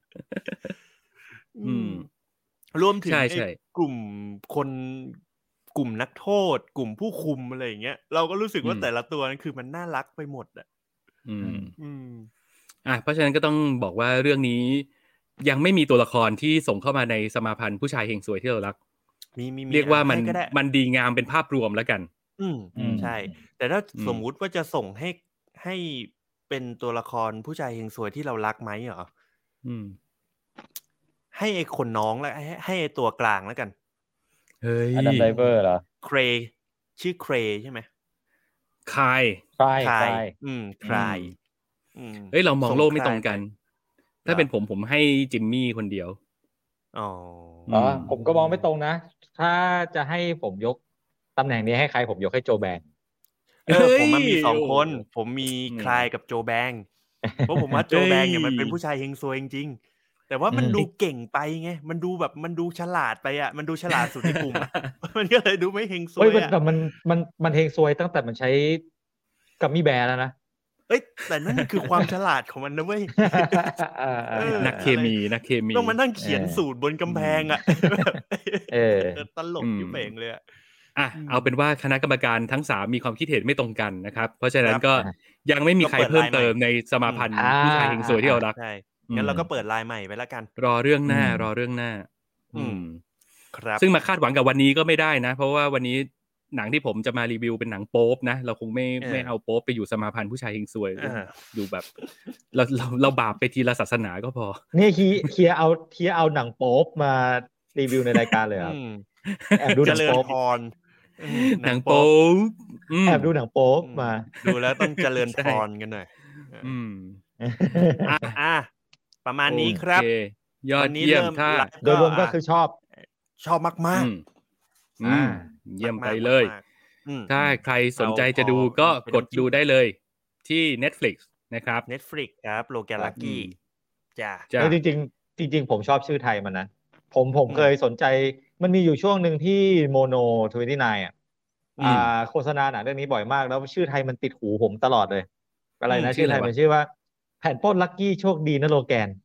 อืมรวมถึงไอ้กลุ่มคนกลุ่มนักโทษกลุ่มผู้คุมอะไรอย่างเงี้ยเราก็รู้สึกว่าแต่ละตัวนั้นคือมันน่ารักไปหมดอ่ะอืมอืมอ่ะเพราะฉะนั้นก็ต้องบอกว่าเรื่องนี้ยังไม่มีตัวละครที่ส่งเข้ามาในสมาพันธ์ผู้ชายเฮงซวยที่เรารักมีมีเรียกว่ามันมันดีงามเป็นภาพรวมแล้วกันอืมใช่แต่ถ้าสมมุติว่าจะส่งให้ให้เป็นตัวละครผู้ชายเฮงซวยที่เรารักไหมเหรออืมให้ไอ้คนน้องแล้วให้ให้ไอ้ตัวกลางแล้วกันเฮ้ยอดัมไดเวอร์เหรอเครชื่อเครใช่ไหมคายคายคายอืมคายเฮ้ยเรามองโลกไม่ตรงกันถ้าเป็นผมผมให้จิมมี่คนเดียวอ๋ออ๋อผมก็มองไม่ตรงนะถ้าจะให้ผมยกตำแหน่งนี้ให้ใครผมยกให้โจแบงเออผมมันมีสองคนผมมีคลายกับโจแบงเพราะผมว่าโจแบงเนี่ยมันเป็นผู้ชายเฮงซวยจริงๆแต่ว่ามันดูเก่งไปไงมันดูแบบมันดูฉลาดไปอ่ะมันดูฉลาดสุดในกลุ่มอ่ะมันก็เลยดูไม่เฮงซวยอ่ะแต่มันมันมันเฮงซวยตั้งแต่มันใช้กัมมี่แบร์แล้วนะเอ้ยแต่นั่นคือความฉลาดของมันนะเว้ยนักเคมีนักเคมีต้องมานั่งเขียนสูตรบนกำแพงอ่ะเออตลกอยู่เป่งเลยอ่ะอ่ะเอาเป็นว่าคณะกรรมการทั้งสามมีความคิดเห็นไม่ตรงกันนะครับเพราะฉะนั้นก็ยังไม่มีใครเพิ่มเติมในสมาพันธ์ผู้ชายเฮงซวยที่เรารักใช่งั้นเราก็เปิดไลน์ใหม่ไว้แล้วกันรอเรื่องหน้ารอเรื่องหน้าอืมครับซึ่งมาคาดหวังกับวันนี้ก็ไม่ได้นะเพราะว่าวันนี้หนังที่ผมจะมารีวิวเป็นหนังโป๊ปนะเราคงไม่ไม่เอาโป๊ปไปอยู่สมาพันธ์ผู้ชายเฮงซวยดูแบบเราเราเราบาปไปทีละศาสนาก็พอนี่เคียเอาเคียเอาหนังโป๊ปมารีวิวในรายการเลยครับแอบดูหนังโป๊ปหนังโป๊ปแอบดูหนังโป๊ปมาดูแล้วต้องเจริญพรกันหน่อยอืมอ่ะประมาณนี้ครับยอดเยี่ยมถ้าโดยรวมก็คือชอบชอบมากๆอืมเยี่ยมไปเลยถ้าใครสนใจจะดูก็กดดูได้เลยที่ Netflix นะครับ Netflix ครับโลแกนลักกี้จ้ะจริงๆจริงๆผมชอบชื่อไทยมันนะผมผมเคยสนใจมันมีอยู่ช่วงหนึ่งที่โมโนทเวนตี้ไนน์อ่ะอ่าโฆษณาหนังเรื่องนี้บ่อยมากแล้วชื่อไทยมันติดหูผมตลอดเลยอะไรนะชื่อไทยมันชื่อว่าแผ่นป้นลักกี้โชคดีนะโลแกน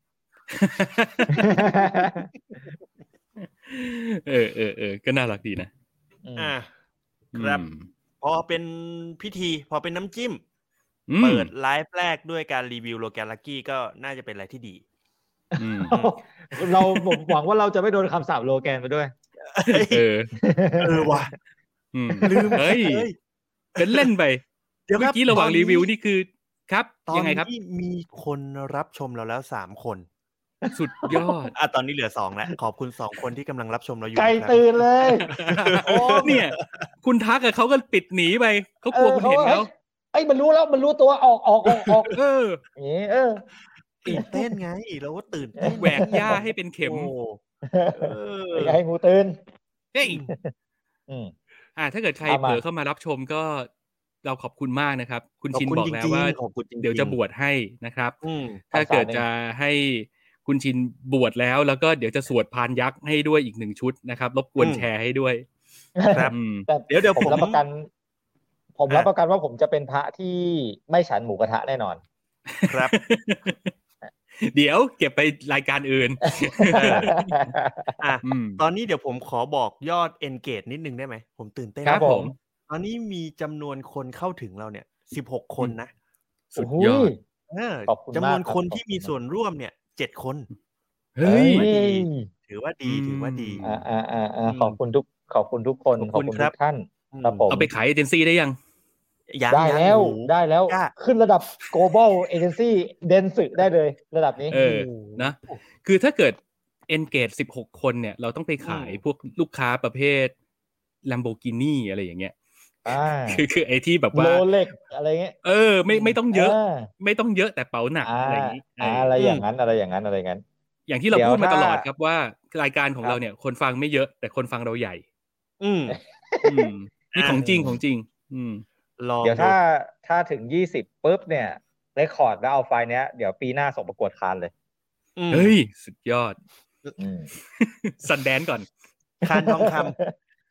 เออเออเออก็น่ารักดีนะอ่าครับพอเป็นพิธีพอเป็นน้ำจิ้มเปิดไลฟ์แรกด้วยการรีวิวโลแกนลักกี้ก็น่าจะเป็นอะไรที่ดีเราผมหวังว่าเราจะไม่โดนคำสาปโลแกนไปด้วยเออเออว่ะลืมเฮ้ยเป็นเล่นไปเมื่อกี้ระหว่างรีวิวนี่คือครับยังไงครับมีคนรับชมเราแล้วสามคนสุดยอดอ่ะตอนนี้เหลือสองแล้วขอบคุณสองคนที่กำลังรับชมเราอยู่ใจตื่นเลยโอ้เนี่ยคุณทักกับเขาก็ปิดหนีไปเขากลัวคุณเห็นแล้วไอ้มันรู้แล้วมันรู้ตัวออกออกออกออกเออเออตื่นเต้นไงเราก็ตื่นเต้นแหวกหญ้าให้เป็นเข็มเออให้งูตื่นเฮ้ยอ่าถ้าเกิดใครเผลอเข้ามารับชมก็เราขอบคุณมากนะครับคุณชินบอกแล้วว่าเดี๋ยวจะบวชให้นะครับถ้าเกิดจะให้คุณชินบวชแล้วแล้วก็เดี๋ยวจะสวดพานยักษ์ให้ด้วยอีกหนึ่งชุดนะครับรบกวนแชร์ให้ด้วยครับเดี๋ยวเดี๋ยวผมรับประกันผมรับประกันว่าผมจะเป็นพระที่ไม่ฉันหมูกระทะแน่นอนครับเดี๋ยวเก็บไปรายการอื่นอ่ะตอนนี้เดี๋ยวผมขอบอกยอด engage นิดนึงได้ไหมผมตื่นเต้นครับผมตอนนี้มีจำนวนคนเข้าถึงเราเนี่ยสิบหกคนนะสุดยอดจำนวนคนที่มีส่วนร่วมเนี่ยเจ็ดคนเฮ้ยถือว่าดีถือว่าดีอ่าอ่าอ่าขอบคุณทุกขอบคุณทุกคนขอบคุณทุกท่านครับผมเอาไปขายเอเจนซี่ได้ยังได้แล้วได้แล้วขึ้นระดับ global agency เดนสึได้เลยระดับนี้เออนะคือถ้าเกิด engage สิบหกคนเนี่ยเราต้องไปขายพวกลูกค้าประเภท Lamborghini อะไรอย่างเงี้ยคือคือไอ้ที่แบบว่า Rolex อะไรเงี้ยเออไม่ไม่ต้องเยอะไม่ต้องเยอะแต่เป๋าหนักอะไรอย่างงี้อะไรอย่างนั้นอะไรอย่างนั้นอะไรอย่างนั้นอย่างที่เราพูดมาตลอดครับว่ารายการของเราเนี่ยคนฟังไม่เยอะแต่คนฟังเราใหญ่อืมอืมนี่ของจริงของจริงอืมเดี๋ยวถ้าถ้าถึงยี่สิบปุ๊บเนี่ยเรคคอร์ดแล้วเอาไฟล์เนี้ยเดี๋ยวปีหน้าส่งประกวดคานเลยเฮ้ยสุดยอดซันแดนก่อนคานทองค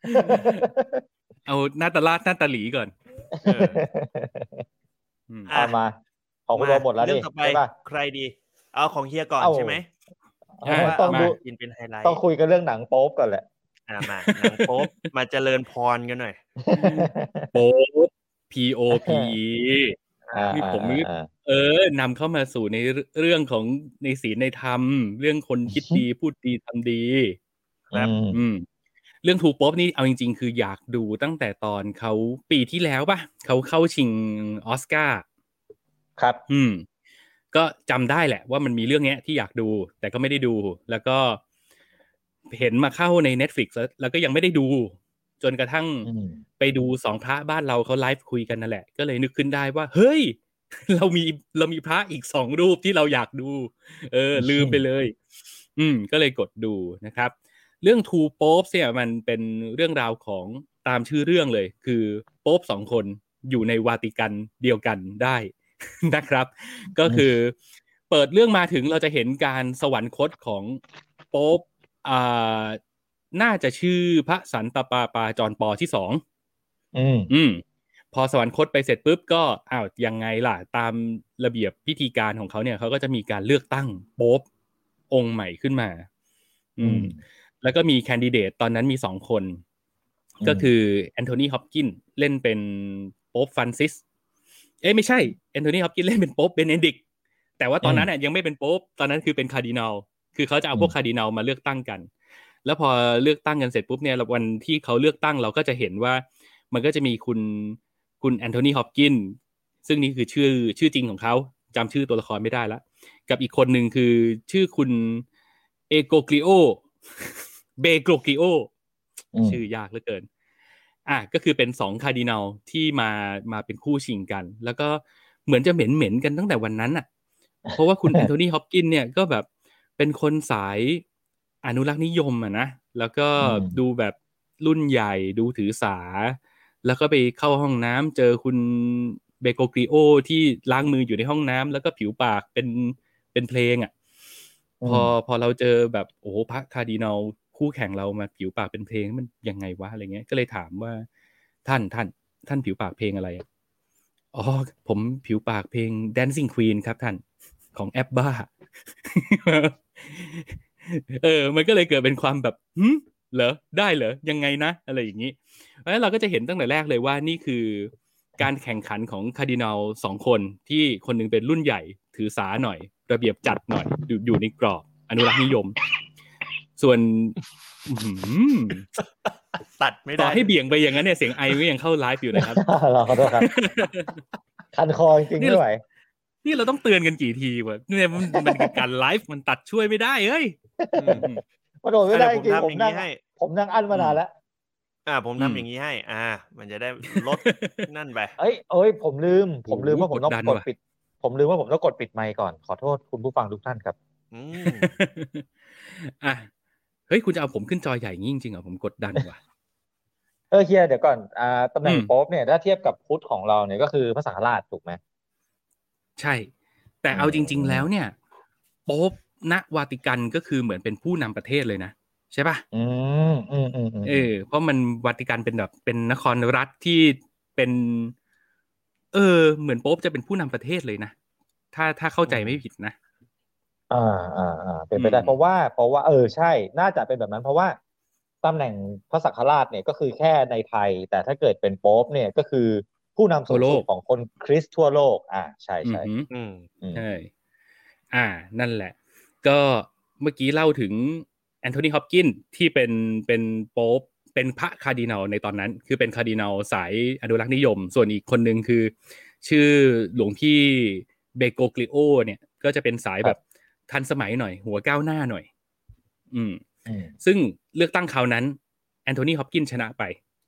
เอาหน้าตาลาดหน้าตาหลีก่อนเออเอามาของคุณโรหมดแล้วดิใช่ป่ะใครดีเอาของเฮียก่อนใช่ไหมต้องดูกินเป็นไฮไลท์ต้องคุยกันเรื่องหนังโป๊ปก่อนแหละอ่ามาหนังโป๊ปมาเจริญพรกันหน่อยโป๊ป P O P นี่ผมเออนำเข้ามาสู่ในเรื่องของในศีลในธรรมเรื่องคนคิดดีพูดดีทำดีครับอืมเรื่องทูโป๊ปนี่เอาจริงๆคืออยากดูตั้งแต่ตอนเขาปีที่แล้วป่ะเขาเข้าชิงออสการ์ครับอืมก็จำได้แหละว่ามันมีเรื่องนี้ที่อยากดูแต่ก็ไม่ได้ดูแล้วก็เห็นมาเข้าใน Netflix แล้วก็ยังไม่ได้ดูจนกระทั่งไปดูสองพระบ้านเราเขาไลฟ์คุยกันนั่นแหละก็เลยนึกขึ้นได้ว่าเฮ้ยเรามีเรามีพระอีกสองรูปที่เราอยากดูเออลืมไปเลยอืมก็เลยกดดูนะครับเรื่อง Two Popes เนี่ยมันเป็นเรื่องราวของตามชื่อเรื่องเลยคือโป๊ปสองคนอยู่ในวาติกันเดียวกันได้นะครับก็คือเปิดเรื่องมาถึงเราจะเห็นการสวรรคตของโป๊ปอ่าน่าจะชื่อพระสันตะปาปาจอนปอที่สองอืมอืมพอสวรรคตไปเสร็จปุ๊บก็อ้าวยังไงล่ะตามระเบียบพิธีการของเขาเนี่ยเขาก็จะมีการเลือกตั้งโป๊ปองค์ใหม่ขึ้นมาอืมแล้วก็มีแคนดิเดตตอนนั้นมีสองคนก็คือแอนโทนีฮอปกินเล่นเป็นโป๊ปฟรานซิสเอ้ยไม่ใช่แอนโทนีฮอปกินเล่นเป็นโป๊ปเบเนดิกต์แต่ว่าตอนนั้นน่ะยังไม่เป็นโป๊ปตอนนั้นคือเป็นคาร์ดินัลคือเขาจะเอาพวกคาร์ดินัลมาเลือกตั้งกันแล้วพอเลือกตั้งกันเสร็จปุ๊บเนี่ยวันที่เขาเลือกตั้งเราก็จะเห็นว่ามันก็จะมีคุณคุณแอนโทนีฮอปกินซึ่งนี่คือชื่อชื่อจริงของเขาจำชื่อตัวละครไม่ได้แล้วกับอีกคนนึงคือชื่อคุณเอโกกลิโอเบโกกลิโอชื่อยากเหลือเกินอ่ะก็คือเป็นสองคาร์ดินัลที่มามาเป็นคู่ชิงกันแล้วก็เหมือนจะเหม็นเหม็นกันตั้งแต่วันนั้นอ่ะเพราะว่าคุณแอนโทนีฮอปกินเนี่ยก็แบบเป็นคนสายอนุรักษ์นิยมอ่ะนะแล้วก็ดูแบบรุ่นใหญ่ดูถือสาแล้วก็ไปเข้าห้องน้ำเจอคุณเบโกกริโอที่ล้างมืออยู่ในห้องน้ำแล้วก็ผิวปากเป็นเป็นเพลงอ่ะพอพอเราเจอแบบโอ้โหพระคาร์ดินัลคู่แข่งเรามาผิวปากเป็นเพลงมันยังไงวะอะไรเงี้ยก็เลยถามว่าท่านท่านท่านผิวปากเพลงอะไรอ๋อผมผิวปากเพลง Dancing Queen ครับท่านของแอปบ้าเออมันก็เลยเกิดเป็นความแบบหึเหรอได้เหรอยังไงนะอะไรอย่างนี้เพราะฉะนั้นเราก็จะเห็นตั้งแต่แรกเลยว่านี่คือการแข่งขันของคาร์ดินัลสองคนที่คนนึงเป็นรุ่นใหญ่ถือสาหน่อยระเบียบจัดหน่อยอยู่ในกรอบอนุรักษ์นิยมส่วนตัดไม่ได้ต่อให้เบี่ยงไปอย่างนั้นเนี่ยเสียงไอก็ยังเข้าไลฟ์อยู่นะครับเราขอโทษครับคันคอจริงๆไม่ไหวนี่เราต้องเตือนกันกี่ทีวะเนี่ยมันมันคือการไลฟ์มันตัดช่วยไม่ได้เอ้ยมาโดนไม่ได้จริงผมนั่งผมนั่งอั้นมานานแล้วอ่าผมทำอย่างนี้ให้อ่ามันจะได้ลดนั่นไปเอ้ยเอ้ยผมลืมผมลืมว่าผมต้องกดปิดผมลืมว่าผมต้องกดปิดไมค์ก่อนขอโทษคุณผู้ฟังทุกท่านครับอืมอ่ะเฮ้ยคุณจะเอาผมขึ้นจอใหญ่งี้จริงๆเหรอผมกดดันว่ะเออเฮียเดี๋ยวก่อนอ่าตำแหน่งโป๊ปเนี่ยถ้าเทียบกับพุทธของเราเนี่ยก็คือพระสังฆราชถูกไหมใช่แต่เอาจริงๆแล้วเนี่ยโป๊ปณวาติกันก็คือเหมือนเป็นผู้นำประเทศเลยนะใช่ป่ะอืมอืมอืมเออเพราะมันวาติกันเป็นแบบเป็นนครรัฐที่เป็นเออเหมือนโป๊ปจะเป็นผู้นำประเทศเลยนะถ้าถ้าเข้าใจไม่ผิดนะอ่าอ่าอ่าเป็นไปได้เพราะว่าเพราะว่าเออใช่น่าจะเป็นแบบนั้นเพราะว่าตำแหน่งพระสังฆราชเนี่ยก็คือแค่ในไทยแต่ถ้าเกิดเป็นโป๊ปเนี่ยก็คือผู้นำสูงสุดของคนคริสต์ทั่วโลกอ่าใช่ใช่อืมใช่อ่านั่นแหละก็เมื่อกี้เล่าถึงแอนโทนีฮอปกินที่เป็นเป็นโป๊ปเป็นพระคาร์ดินัลในตอนนั้นคือเป็นคาร์ดินัลสายอนุรักษ์นิยมส่วนอีกคนนึงคือชื่อหลวงพี่เบโกกลิโอเนี่ยก็จะเป็นสายแบบทันสมัยหน่อยหัวก้าวหน้าหน่อยอืมซึ่งเลือกตั้งคราวนั้นแอนโทนีฮอปกินชนะไป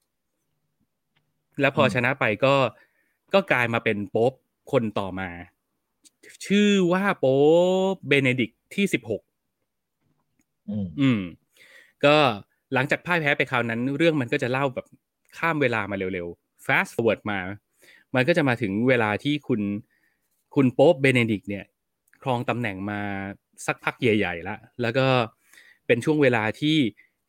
แล้วพอชนะไปก็ก็กลายมาเป็นโป๊ปคนต่อมาชื่อว่าโป๊ปเบเนดิกต์ที่สิบหกอืมอืมก็หลังจากพ่ายแพ้ไปคราวนั้นเรื่องมันก็จะเล่าแบบข้ามเวลามาเร็วๆ fast forward มามันก็จะมาถึงเวลาที่คุณคุณโป๊ปเบเนดิกต์เนี่ยครองตำแหน่งมาสักพักใหญ่ๆแล้วแล้วก็เป็นช่วงเวลาที่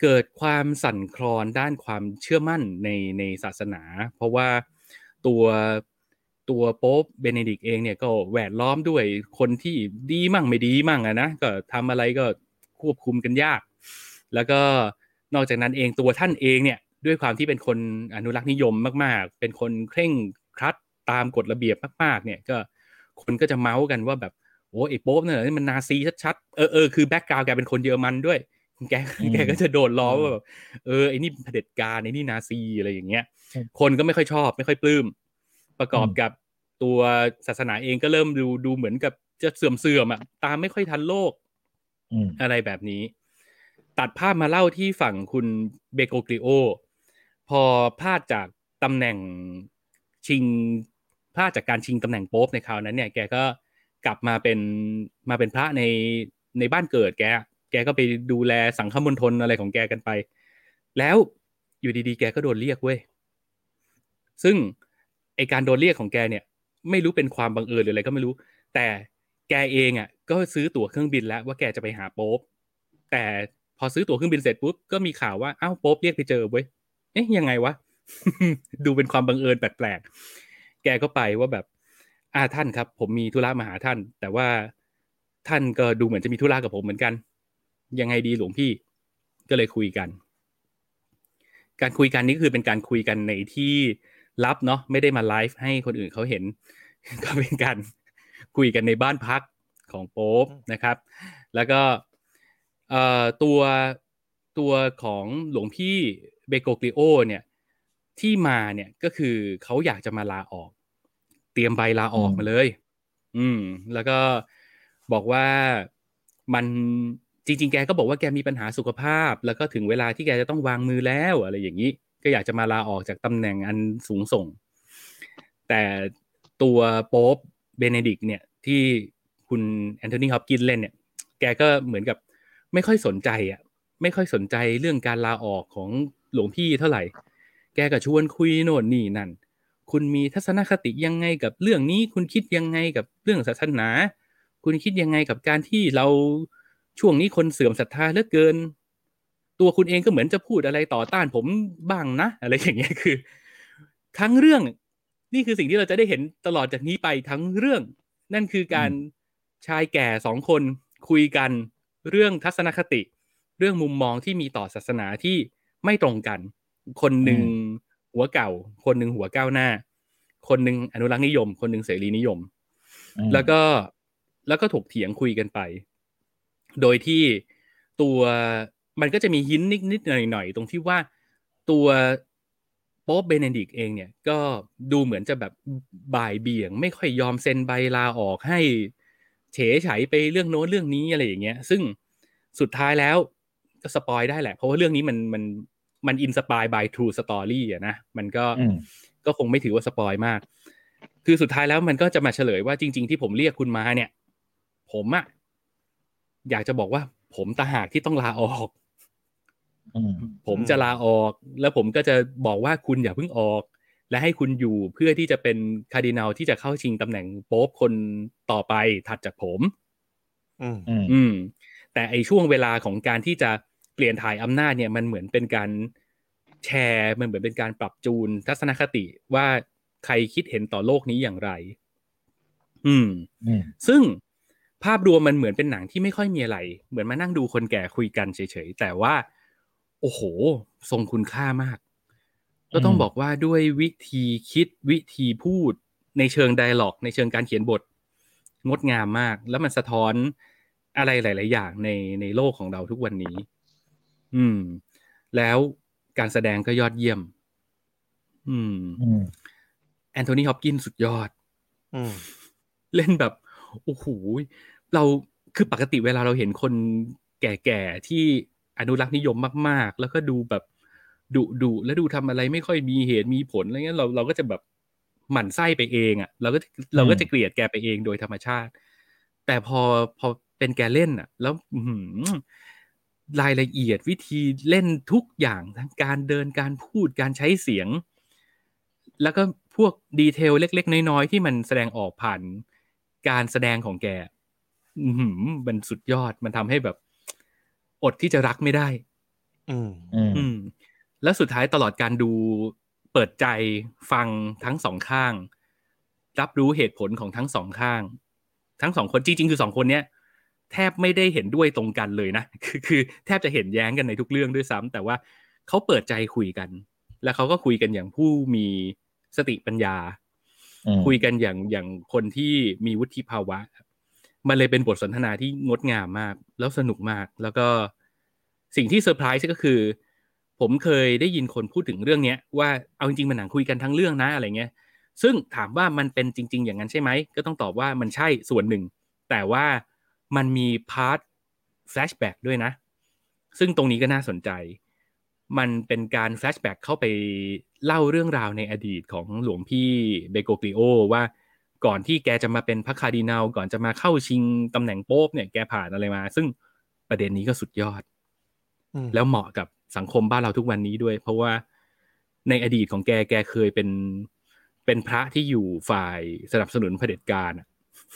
เกิดความสั่นคลอนด้านความเชื่อมั่นในในศาสนาเพราะว่าตัวตัวโป๊ปเบเนดิกต์เองเนี่ยก็แวดล้อมด้วยคนที่ดีมั่งไม่ดีมั่งอะนะก็ทำอะไรก็ควบคุมกันยากแล้วก็นอกจากนั้นเองตัวท่านเองเนี่ยด้วยความที่เป็นคนอนุรักษ์นิยมมากๆเป็นคนเคร่งครัดตามกฎระเบียบมากๆเนี่ยก็คนก็จะเมาส์กันว่าแบบโอ้ไอ้โป๊ปเนี่ยนี่มันนาซีชัดๆเออเออคือแบ็คกราวด์แกเป็นคนเยอรมันด้วยแกแกก็จะโดนล้อว่าแบบเออไอ้นี่เผด็จการไอ้นี่นาซีอะไรอย่างเงี้ยคนก็ไม่ค่อยชอบไม่ค่อยปลื้มประกอบกับตัวศาสนาเองก็เริ่มดูดูเหมือนกับจะเสื่อมๆอ่ะตามไม่ค่อยทันโลกอะไรแบบนี้ตัดภาพมาเล่าที่ฝั่งคุณเบโกกริโอพอพลาดจากตำแหน่งชิงพลาดจากการชิงตำแหน่งโป๊ปในคราวนั้นเนี่ยแกก็กลับมาเป็นมาเป็นพระในในบ้านเกิดแกแกก็ไปดูแลสังฆมณฑลอะไรของแกกันไปแล้วอยู่ดีๆแกก็โดนเรียกเว้ยซึ่งไอการโดนเรียกของแกเนี่ยไม่รู้เป็นความบังเอิญหรืออะไรก็ไม่รู้แต่แกเองอ่ะก็ซื้อตั๋วเครื่องบินแล้วว่าแกจะไปหาโป๊ปแต่พอซื้อตั๋วเครื่องบินเสร็จปุ๊บก็มีข่าวว่าอ้าวโป๊ปเรียกไปเจอเว้ยเอ๊ะยังไงวะ ดูเป็นความบังเอิญแปลกๆแกก็ไปว่าแบบอ่าท่านครับผมมีธุระมาหาท่านแต่ว่าท่านก็ดูเหมือนจะมีธุระกับผมเหมือนกันยังไงดีหลวงพี่ก็เลยคุยกันการคุยกันนี้คือเป็นการคุยกันในที่ลับเนาะไม่ได้มาไลฟ์ให้คนอื่นเขาเห็นก็เป็นการคุยกันในบ้านพักของโป๊ปนะครับแล้วก็เอ่อตัวตัวของหลวงพี่เบโกกริโอเนี่ยที่มาเนี่ยก็คือเขาอยากจะมาลาออกเตรียมใบลาออกมาเลยอืมแล้วก็บอกว่ามันจริงๆแกก็บอกว่าแกมีปัญหาสุขภาพแล้วก็ถึงเวลาที่แกจะต้องวางมือแล้วอะไรอย่างนี้ก็อยากจะมาลาออกจากตำแหน่งอันสูงส่งแต่ตัวโป๊ปเบเนดิกต์เนี่ยที่คุณแอนโทนีฮอปกินส์เล่นเนี่ยแกก็เหมือนกับไม่ค่อยสนใจอ่ะไม่ค่อยสนใจเรื่องการลาออกของหลวงพี่เท่าไหร่แกก็ชวนคุยโน่นนี่นั่นคุณมีทัศนคติยังไงกับเรื่องนี้คุณคิดยังไงกับเรื่องศาสนาคุณคิดยังไงกับการที่เราช่วงนี้คนเสื่อมศรัทธาเหลือเกินตัวคุณเองก็เหมือนจะพูดอะไรต่อต้านผมบ้างนะอะไรอย่างเงี้ยคือทั้งเรื่องนี่คือสิ่งที่เราจะได้เห็นตลอดจากนี้ไปทั้งเรื่องนั่นคือการชายแก่สองคนคุยกันเรื่องทัศนคติเรื่องมุมมองที่มีต่อศาสนาที่ไม่ตรงกันคนหนึ่งหัวเก่าคนหนึ่งหัวก้าวหน้าคนหนึ่งอนุรักษ์นิยมคนหนึ่งเสรีนิยมแล้วก็แล้วก็ถกเถียงคุยกันไปโดยที่ตัวมันก็จะมีหินนิดๆหน่อยๆตรงที่ว่าตัวโป๊ปเบเนดิกต์เองเนี่ยก็ดูเหมือนจะแบบบ่ายเบี่ยงไม่ค่อยยอมเซ็นใบลาออกให้เฉยไฉไปเรื่องโน้นเรื่องนี้อะไรอย่างเงี้ยซึ่งสุดท้ายแล้วก็สปอยได้แหละเพราะว่าเรื่องนี้มันมันมันอินสปายบายทรูสตอรี่อ่ะนะมันก็ก็คงไม่ถือว่าสปอยมากคือสุดท้ายแล้วมันก็จะมาเฉลยว่าจริงๆที่ผมเรียกคุณมาเนี่ยผมอะอยากจะบอกว่าผมต่างหากที่ต้องลาออกผมจะลาออกแล้วผมก็จะบอกว่าคุณอย่าเพิ่งออกและให้คุณอยู่เพื่อที่จะเป็นคาร์ดินัลที่จะเข้าชิงตำแหน่งโป๊ปคนต่อไปถัดจากผมอืมอืมแต่ไอช่วงเวลาของการที่จะเปลี่ยนถ่ายอำนาจเนี่ยมันเหมือนเป็นการแชร์มันเหมือนเป็นการปรับจูนทัศนคติว่าใครคิดเห็นต่อโลกนี้อย่างไรอืมซึ่งภาพรวมมันเหมือนเป็นหนังที่ไม่ค่อยมีอะไรเหมือนมานั่งดูคนแก่คุยกันเฉยๆแต่ว่าโอ้โหทรงคุณค่ามากก็ต้องบอกว่าด้วยวิธีคิดวิธีพูดในเชิงไดอะล็อกในเชิงการเขียนบทงดงามมากแล้วมันสะท้อนอะไรหลายๆอย่างในในโลกของเราทุกวันนี้อืมแล้วการแสดงก็ยอดเยี่ยมอืมแอนโทนีฮอปกินส์สุดยอดอืมเล่นแบบโอ้โหเราคือปกติเวลาเราเห็นคนแก่ๆที่อนุรักษ์นิยมมากๆแล้วก็ดูแบบดุดุแล้วดูทำอะไรไม่ค่อยมีเหตุมีผลอะไรเงี้ยเราเราก็จะแบบหมั่นไส้ไปเองอ่ะเราก็เราก็จะเกลียดแกไปเองโดยธรรมชาติแต่พอพอเป็นแกเล่นอ่ะแล้วรายละเอียดวิธีเล่นทุกอย่างทั้งการเดินการพูดการใช้เสียงแล้วก็พวกดีเทลเล็กๆน้อยๆที่มันแสดงออกผ่านการแสดงของแกอืมมันสุดยอดมันทำให้แบบอดที่จะรักไม่ได้อืมอืมแล้วสุดท้ายตลอดการดูเปิดใจฟังทั้งสองข้างรับรู้เหตุผลของทั้งสองข้างทั้งสองคนจริงๆคือสองคนเนี้ยแทบไม่ได้เห็นด้วยตรงกันเลยนะคือคือแทบจะเห็นแย้งกันในทุกเรื่องด้วยซ้ำแต่ว่าเขาเปิดใจคุยกันแล้วเขาก็คุยกันอย่างผู้มีสติปัญญาคุยกันอย่างอย่างคนที่มีวุฒิภาวะมันเลยเป็นบทสนทนาที่งดงามมากแล้วสนุกมากแล้วก็สิ่งที่เซอร์ไพรส์ก็คือผมเคยได้ยินคนพูดถึงเรื่องนี้ว่าเอาจริงๆมันหนังคุยกันทั้งเรื่องนะอะไรเงี้ยซึ่งถามว่ามันเป็นจริงๆอย่างนั้นใช่ไหมก็ต้องตอบว่ามันใช่ส่วนหนึ่งแต่ว่ามันมีพาร์ทแฟลชแบ็กด้วยนะซึ่งตรงนี้ก็น่าสนใจมันเป็นการแฟลชแบ็กเข้าไปเล่าเรื่องราวในอดีตของหลวงพี่เบโกกลิโอว่าก่อนที่แกจะมาเป็นพระคาร์ดินัลก่อนจะมาเข้าชิงตำแหน่งโป๊ปเนี่ยแกผ่านอะไรมาซึ่งประเด็นนี้ก็สุดยอดแล้วเหมาะกับสังคมบ้านเราทุกวันนี้ด้วยเพราะว่าในอดีตของแกแกเคยเป็นเป็นพระที่อยู่ฝ่ายสนับสนุนเผด็จการอ่ะ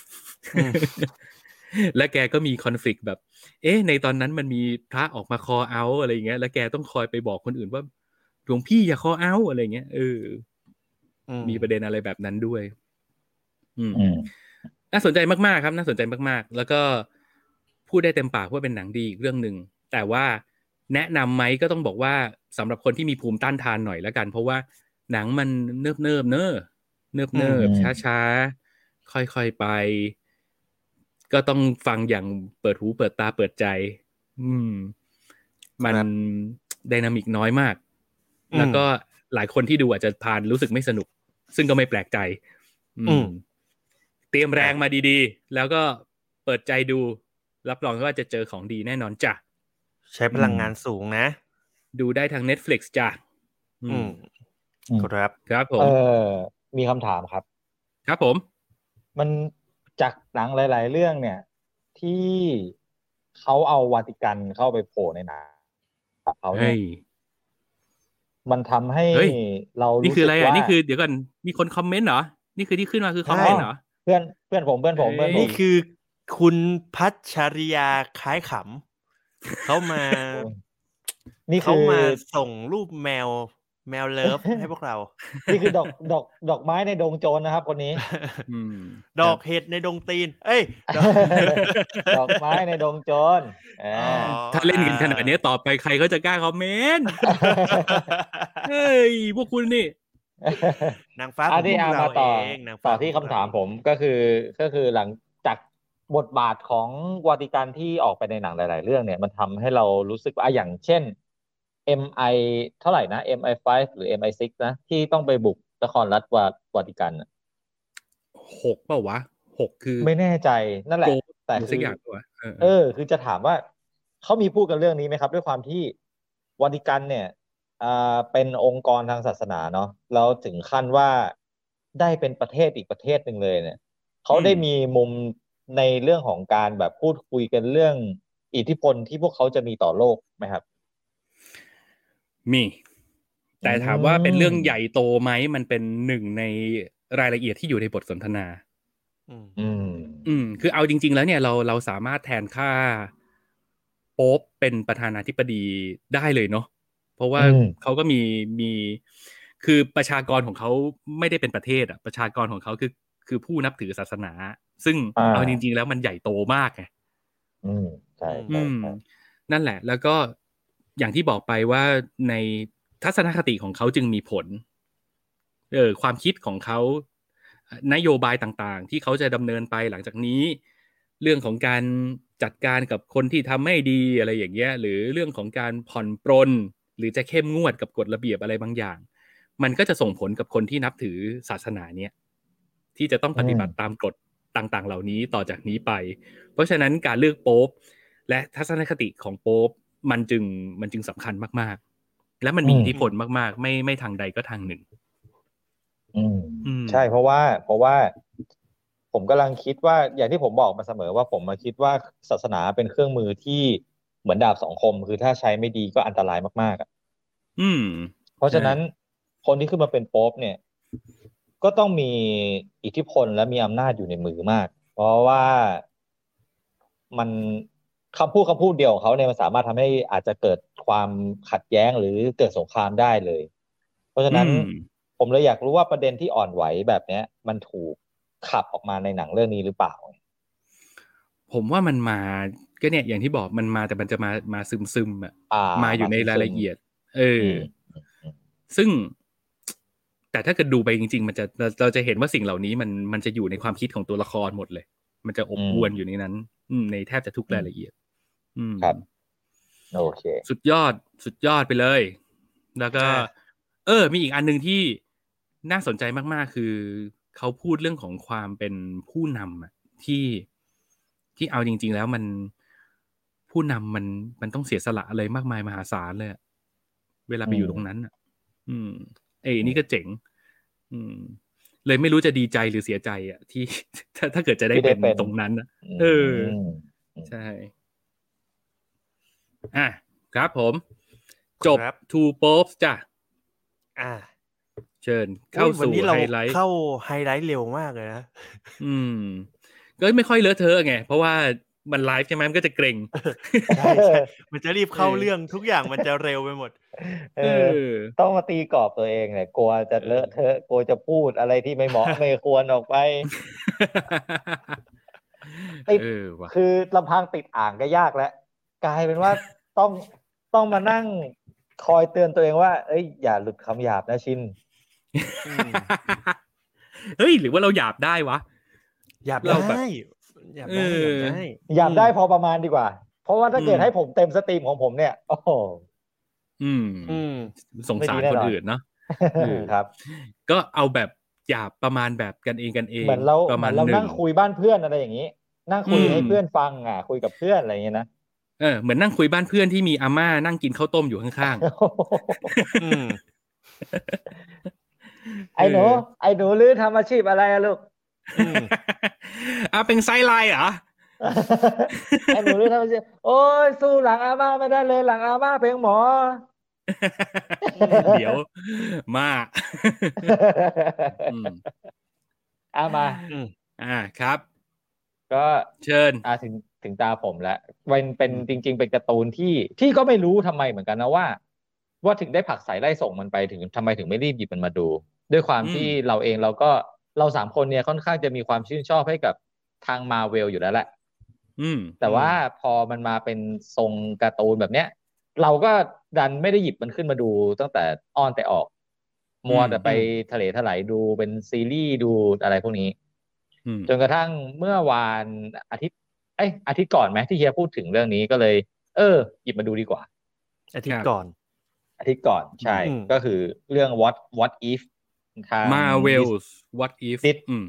และแกก็มีคอนฟลิกต์แบบเอ๊ะในตอนนั้นมันมีพระออกมาคอเอาอะไรอย่างเงี้ยแล้วแกต้องคอยไปบอกคนอื่นว่าหลวงพี่อย่าคอเอาอะไรเงี้ยเออมีประเด็นอะไรแบบนั้นด้วยอืมน่าสนใจมากๆครับน่าสนใจมากๆแล้วก็พูดได้เต็มปากว่าเป็นหนังดีอีกเรื่องนึงแต่ว่าแนะนำไหมก็ต้องบอกว่าสำหรับคนที่มีภูมิต้านทานหน่อยแล้วกันเพราะว่าหนังมันเนิบเนิบเนอะเนิบเนิบช้าช้าค่อยๆไปก็ต้องฟังอย่างเปิดหูเปิดตาเปิดใจอืมมันไดนามิกน้อยมากแล้วก็หลายคนที่ดูอาจจะผ่านรู้สึกไม่สนุกซึ่งก็ไม่แปลกใจอืมเตรียมแรงมาดีๆแล้วก็เปิดใจดูรับรองว่าจะเจอของดีแน่นอนจ้ะใช้พลังงานสูงนะดูได้ทาง Netflix จ้ะอืมครับครับผมเออมีคำถามครับครับผมมันจากหนังหลายๆเรื่องเนี่ยที่เขาเอาวาติกันเข้าไปโผล่ในหนังเขาเนี่ยมันทำให้เรารู้สึกว่านี่คืออะไรอ่ะนี่คือเดี๋ยวก่อนมีคนคอมเมนต์เหรอนี่คือที่ขึ้นมาคือคอมเมนต์เหรอเพื่อนเพื่อนผมเพื่อนผมเพื่อนผมนี่คือคุณพัชริยาคล้ายขำเขามานี่เขามาส่งรูปแมวแมวเลิฟให้พวกเรานี่คือดอกดอกดอกไม้ในดงโจรนะครับคนนี้ดอกเห็ดในดงตีนเอ้ยดอกไม้ในดงโจรถ้าเล่นกันขนาดนี้ต่อไปใครเขาจะกล้าคอมเมนต์เฮ้ยพวกคุณนี่นางฟ้าของพวกเราเองต่อที่คำถามผมก็คือก็คือหลังจากบทบาทของวาติกันที่ออกไปในหนังหลายๆเรื่องเนี่ยมันทำให้เรารู้สึกว่าอย่างเช่น เอ็ม ไอ เท่าไหร่นะ เอ็ม ไอ ห้า หรือ เอ็ม ไอ หก นะที่ต้องไปบุกนครรัฐวาติกันหกเปล่าวะหกคือไม่แน่ใจนั่นแหละแต่คือเออคือจะถามว่าเขามีพูดกันเรื่องนี้ไหมครับด้วยความที่วาติกันเนี่ยอ่าเป็นองค์กรทางศาสนาเนาะแล้วถึงขั้นว่าได้เป็นประเทศอีกประเทศหนึ่งเลยเนี่ยเขาได้มีมุมในเรื่องของการแบบพูดคุยกันเรื่องอิทธิพลที่พวกเขาจะมีต่อโลกไหมครับมีแต่ถามว่าเป็นเรื่องใหญ่โตไหมมันเป็นหนึ่งในรายละเอียดที่อยู่ในบทสนทนาอืมอืมคือเอาจริงๆแล้วเนี่ยเราเราสามารถแทนค่าโป๊ปเป็นประธานาธิบดีได้เลยเนาะเพราะว่าเขาก็มีมีคือประชากรของเขาไม่ได้เป็นประเทศอ่ะประชากรของเขาคือคือผู้นับถือศาสนาซึ่งเอาจริงๆแล้วมันใหญ่โตมากไงอืมใช่อืมนั่นแหละแล้วก็อย่างที่บอกไปว่าในทัศนคติของเขาจึงมีผลเออความคิดของเขานโยบายต่างๆที่เขาจะดำเนินไปหลังจากนี้เรื่องของการจัดการกับคนที่ทำไม่ดีอะไรอย่างเงี้ยหรือเรื่องของการผ่อนปรนหรือจะเข้มงวดกับกฎระเบียบอะไรบางอย่างมันก็จะส่งผลกับคนที่นับถือศาสนาเนี้ยที่จะต้องปฏิบัติตามกฎต่างๆเหล่านี้ต่อจากนี้ไปเพราะฉะนั้นการเลือกโป๊ปและทัศนคติของโป๊ปมันจึงมันจึงสำคัญมากๆและมันมีอิทธิพลมากๆไม่ไม่ทางใดก็ทางหนึ่งอืมใช่เพราะว่าเพราะว่าผมกำลังคิดว่าอย่างที่ผมบอกมาเสมอว่าผมมาคิดว่าศาสนาเป็นเครื่องมือที่เหมือนดาบสองคมคือถ้าใช้ไม่ดีก็อันตรายมากๆอ่ะอืมเพราะฉะนั้นคนที่ขึ้นมาเป็นโป๊ปเนี่ยก็ต้องมีอิทธิพลและมีอำนาจอยู่ในมือมากเพราะว่ามันคำพูดคำพูดเดียวของเขาเนี่ยมันสามารถทำให้อาจจะเกิดความขัดแย้งหรือเกิดสงครามได้เลยเพราะฉะนั้นผมเลยอยากรู้ว่าประเด็นที่อ่อนไหวแบบเนี้ยมันถูกขับออกมาในหนังเรื่องนี้หรือเปล่าผมว่ามันมาก็เนี่ยอย่างที่บอกมันมาแต่มันจะมามาซึมซึมอ่ะมาอยู่ในรายละเอียดเออซึ่งแต่ถ้าเกิดดูไปจริงๆมันจะเราจะเห็นว่าสิ่งเหล่านี้มันมันจะอยู่ในความคิดของตัวละครหมดเลยมันจะอบอวลอยู่ในนั้นในแทบจะทุกรายละเอียดครับโอเคสุดยอดสุดยอดไปเลยแล้วก็เออมีอีกอันนึงที่น่าสนใจมากๆคือเขาพูดเรื่องของความเป็นผู้นำอ่ะที่ที่เอาจริงๆแล้วมันผู้นำมันมันต้องเสียสละอะไรมากมายมหาศาลเลยเวลาไปอยู่ตรงนั้นอ่ะอืมเอ้ยนี่ก็เจ๋งอืมเลยไม่รู้จะดีใจหรือเสียใจอ่ะที่ถ้าถ้าเกิดจะได้เป็นตรงนั้นนะเออใช่อ่ะครับผมจบ Two Popes จ้ะอ่าเชิญเข้าสู่ไฮไลท์เข้าไฮไลท์เร็วมากเลยนะอืมก็ไม่ค่อยเลอะเทอะไงเพราะว่ามันไลฟ์ใช่ไหมมันก็จะเกรงใช่ใช่มันจะรีบเข้าเรื่องทุกอย่างมันจะเร็วไปหมดเออต้องมาตีกรอบตัวเองเนี่ยกลัวจะเลอะเทอะกลัวจะพูดอะไรที่ไม่เหมาะไม่ควรออกไปติดคือลำพังติดอ่างก็ยากแล้วกลายเป็นว่าต้องต้องมานั่งคอยเตือนตัวเองว่าเอ้ยอย่าหลุดคำหยาบนะชินเฮ้ยหรือว่าเราหยาบได้วะหยาบได้หยาบได้หยาบได้หยาบได้พอประมาณดีกว่าเพราะว่าถ้าเกิดให้ผมเต็มสตรีมของผมเนี่ยโอ้โหอืมอืมสงสารคนอื่นเนาะครับก็เอาแบบหยาบประมาณแบบกันเองกันเองเหมือนเราเหมือนเรานั่งคุยบ้านเพื่อนอะไรอย่างนี้นั่งคุยให้เพื่อนฟังอ่ะคุยกับเพื่อนอะไรอย่างเงี้ยนะเออเหมือนนั่งคุยบ้านเพื่อนที่มีอาม่านั่งกินข้าวต้มอยู่ข้างๆอืมไอ้หนูไอ้หนูลือทำอาชีพอะไรอะลูกอ่ะเป็นไซไลน์เหรอไอ้หนูลือทำอาชีพโอ้ยสู้หลังอาม่าไม่ได้เลยหลังอาม่าเพลงหมอเดี๋ยวมาอ่ะมาอ่าครับก็เชิญอ่าถึงถึงตาผมแล้วเป็นเป็นจริงๆเป็นการ์ตูนที่ที่ก็ไม่รู้ทำไมเหมือนกันนะว่าว่าถึงได้ผลักสายไล่ส่งมันไปถึงทำไมถึงไม่รีบหยิบมันมาดูด้วยความที่เราเองเราก็เราสามคนเนี่ยค่อนข้างจะมีความชื่นชอบให้กับทางมาเวลอยู่แล้วแหละแต่ว่าพอมันมาเป็นทรงการ์ตูนแบบเนี้ยเราก็ดันไม่ได้หยิบมันขึ้นมาดูตั้งแต่อ้อนแต่ออกมัวแต่ไปทะเลถลายดูเป็นซีรีส์ดูอะไรพวกนี้จนกระทั่งเมื่อวานอาทิตย์เอ้ยอาทิตย์ก่อนไหมที่เฮียพูดถึงเรื่องนี้ก็เลยเออหยิบมาดูดีกว่าอาทิตย์ก่อนอาทิตย์ก่อนใช่ก็คือเรื่อง what what if ทาง Marvel's what if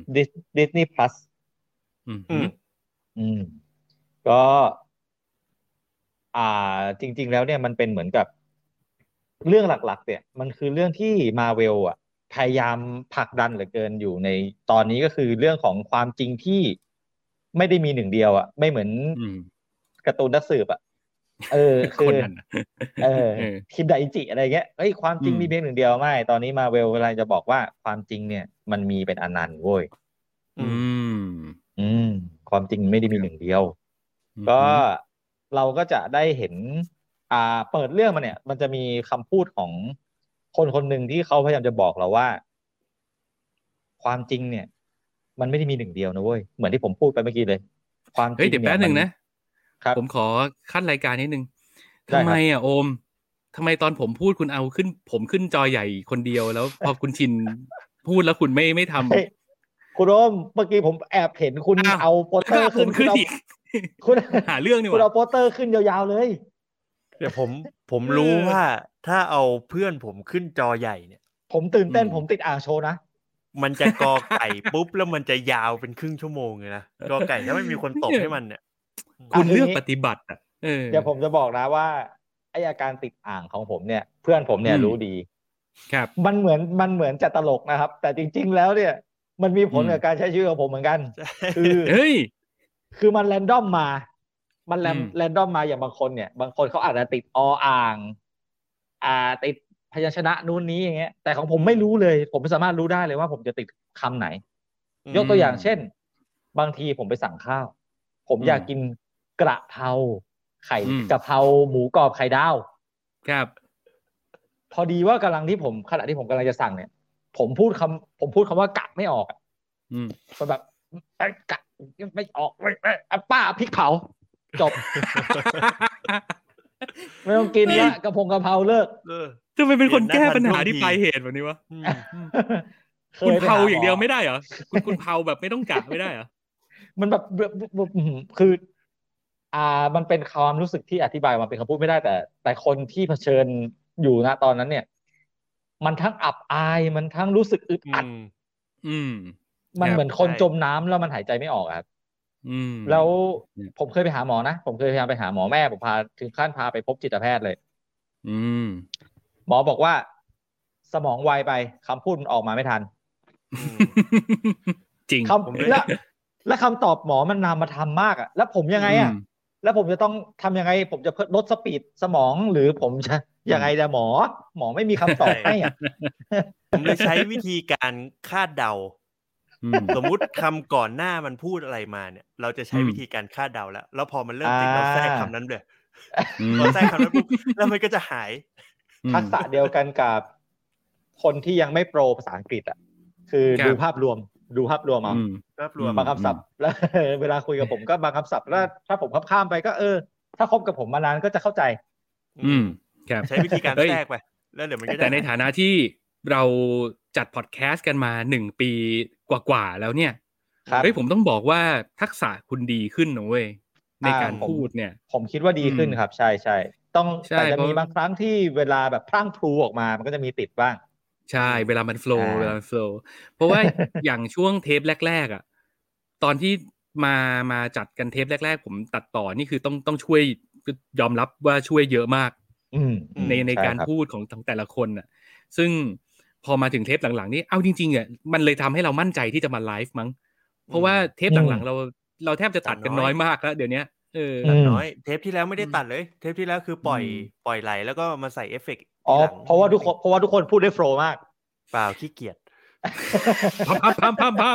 Disney Plus อืมอืมก็อ่าจริงๆแล้วเนี่ยมันเป็นเหมือนกับเรื่องหลักๆเนี่ยมันคือเรื่องที่ Marvel อ่ะพยายามผลักดันเหลือเกินอยู่ในตอนนี้ก็คือเรื่องของความจริงที่ไม่ได้มีหนึ่งเดียวอ่ะไม่เหมือนการ์ตูนนักสืบอ่ะเออคือเออคิมไดอิจิอะไรเงี้ยเฮ้ยความจริงมีเพียงหนึ่งเดียวไม่ตอนนี้มาเวลเวลาจะบอกว่าความจริงเนี่ยมันมีเป็นอนันต์เว้ยอืมอืมความจริงไม่ได้มีหนึ่งเดียวก็เราก็จะได้เห็นอ่าเปิดเรื่องมาเนี่ยมันจะมีคำพูดของคนคนหนึ่งที่เขาพยายามจะบอกเราว่าความจริงเนี่ยมันไม่ได้มีหนึ่งเดียวนะเว้ยเหมือนที่ผมพูดไปเมื่อกี้เลยความจริงเดี๋ยวแป๊บนึงนะผมขอขั้นรายการนิดนึงทำไมอ่ะโอมทำไมตอนผมพูดคุณเอาขึ้นผมขึ้นจอใหญ่คนเดียวแล้วพอคุณชินพูดแล้วคุณไม่ไม่ทำคุณโอมเมื่อกี้ผมแอบเห็นคุณเอาโปสเตอร์ขึ้นขึ้นอีกคุณหาเรื่องนี่วะคุณเอาโปสเตอร์ขึ้นยาวๆเลยเดี๋ยวผมผมรู้ว่าถ้าเอาเพื่อนผมขึ้นจอใหญ่เนี่ยผมตื่นเต้นผมติดอ่างโชว์นะมันจะกอไก่ปุ๊บแล้วมันจะยาวเป็นครึ่งชั่วโมงเลยนะกอไก่ถ้าไม่มีคนตบให้มันเนี่ยคุณเลือกปฏิบัติอ่ะเดี๋ยวผมจะบอกนะว่าไออาการติดอ่างของผมเนี่ยเพื่อนผมเนี่ยรู้ดีครับมันเหมือนมันเหมือนจะตลกนะครับแต่จริงๆแล้วเนี่ยมันมีผลกับการใช้ชีวิตของผมเหมือนกันคือเฮ้ยคือมันแรนดอมมามันแรนแรนดอมมาอย่างบางคนเนี่ยบางคนเขาอาจจะติดออ่างอ่าติดพยัญชนะนู้นนี้อย่างเงี้ยแต่ของผมไม่รู้เลยผมไม่สามารถรู้ได้เลยว่าผมจะติดคำไหนยกตัวอย่างเช่นบางทีผมไปสั่งข้าวผมอยากกินกระเพราไข่กะเพราหมูกรอบไข่ดาวครับพอดีว่ากำลังที่ผมขณะที่ผมกำลังจะสั่งเนี่ยผมพูดคำผมพูดคำว่ากะไม่ออกอ่ะอืมมันแบบกะไม่ออกไม่ป้าพริกเผาจบไม่ต้องกินละกะเพรากะเพราเลิกทำไมเป็นคนแก้ปัญหาที่ปลายเหตุแบบนี้วะคุณเผาอย่างเดียวไม่ได้เหรอคุณคุณเผาแบบไม่ต้องกะไม่ได้เหรอมันแบบคืออ่ามันเป็นความรู้สึกที่อธิบายมาเป็นคำพูดไม่ได้แต่แต่คนที่เผชิญอยู่ณตอนนั้นเนี่ยมันทั้งอับอายมันทั้งรู้สึกอึดอัดอืมมันเหมือนคนจมน้ำแล้วมันหายใจไม่ออกครับอืมแล้วผมเคยไปหาหมอนะผมเคยพยายามไปหาหมอแม่ผมพาถึงขั้นพาไปพบจิตแพทย์เลยอืมหมอบอกว่าสมองไวไปคำพูดมันออกมาไม่ทันจริงคำและและคำตอบหมอมันนามธรรมมากอ่ะแล้วผมยังไงอ่ะแล้วผมจะต้องทำยังไงผมจะลดสปีดสมองหรือผมจะยังไงจะหมอหมอไม่มีคำตอบให้อ่ะผมเลยใช้วิธีการคาดเดาสมมุติคำก่อนหน้ามันพูดอะไรมาเนี่ยเราจะใช้วิธีการคาดเดาแล้วแล้วพอมันเริ่มติดเราแทรกคำนั้นเลยพอแทรกคำนั้นปุ๊บแล้วมันก็จะหายทักษะเดียวกันกับคนที่ยังไม่โปรภาษาอังกฤษอ่ะคือดูภาพรวมดูภาพรวมเอาภาพรวมบางคำศัพท์แล้วเวลาคุยกับผมก็บางคำศัพท์แล้วถ้าผมข้ามไปก็เออถ้าคบกับผมมานานก็จะเข้าใจอืมครับใช้วิธีการแทรกไปแล้วเดี๋ยวมันก็แต่ในฐานะที่เราจัดพอดแคสต์กันมาหนึ่งปีกว่าๆแล้วเนี่ยเฮ้ยผมต้องบอกว่าทักษะคุณดีขึ้นนะเว้ยในการพูดเนี่ยผมคิดว่าดีขึ้นครับใช่ใช่ต้องแต่จะมีบางครั้งที่เวลาแบบพลั่งพลูออกมามันก็จะมีติดบ้างใช่เวลามันโฟล์เวลามันโฟล์เพราะว่าอย่างช่วงเทปแรกๆอ่ะตอนที่มามาจัดกันเทปแรกๆผมตัดต่อนี่คือต้องต้องช่วยยอมรับว่าช่วยเยอะมากในในการพูดของทั้งแต่ละคนอ่ะซึ่งพอมาถึงเทปหลังๆนี่เอาจริงๆอ่ะมันเลยทำให้เรามั่นใจที่จะมาไลฟ์มั้งเพราะว่าเทปหลังๆเราเราแทบจะตัดกันน้อยมากแล้วเดี๋ยวนี้เออตัดน้อยเทปที่แล้วไม่ได้ตัดเลยเทปที่แล้วคือปล่อยปล่อยไหลแล้วก็มาใส่เอฟเฟกต์อ๋อเพราะว่าทุกคนเพราะว่าทุกคนพูดได้โฟล์มากเปล่าขี้เกียจพัมพัมพัมพัมพัม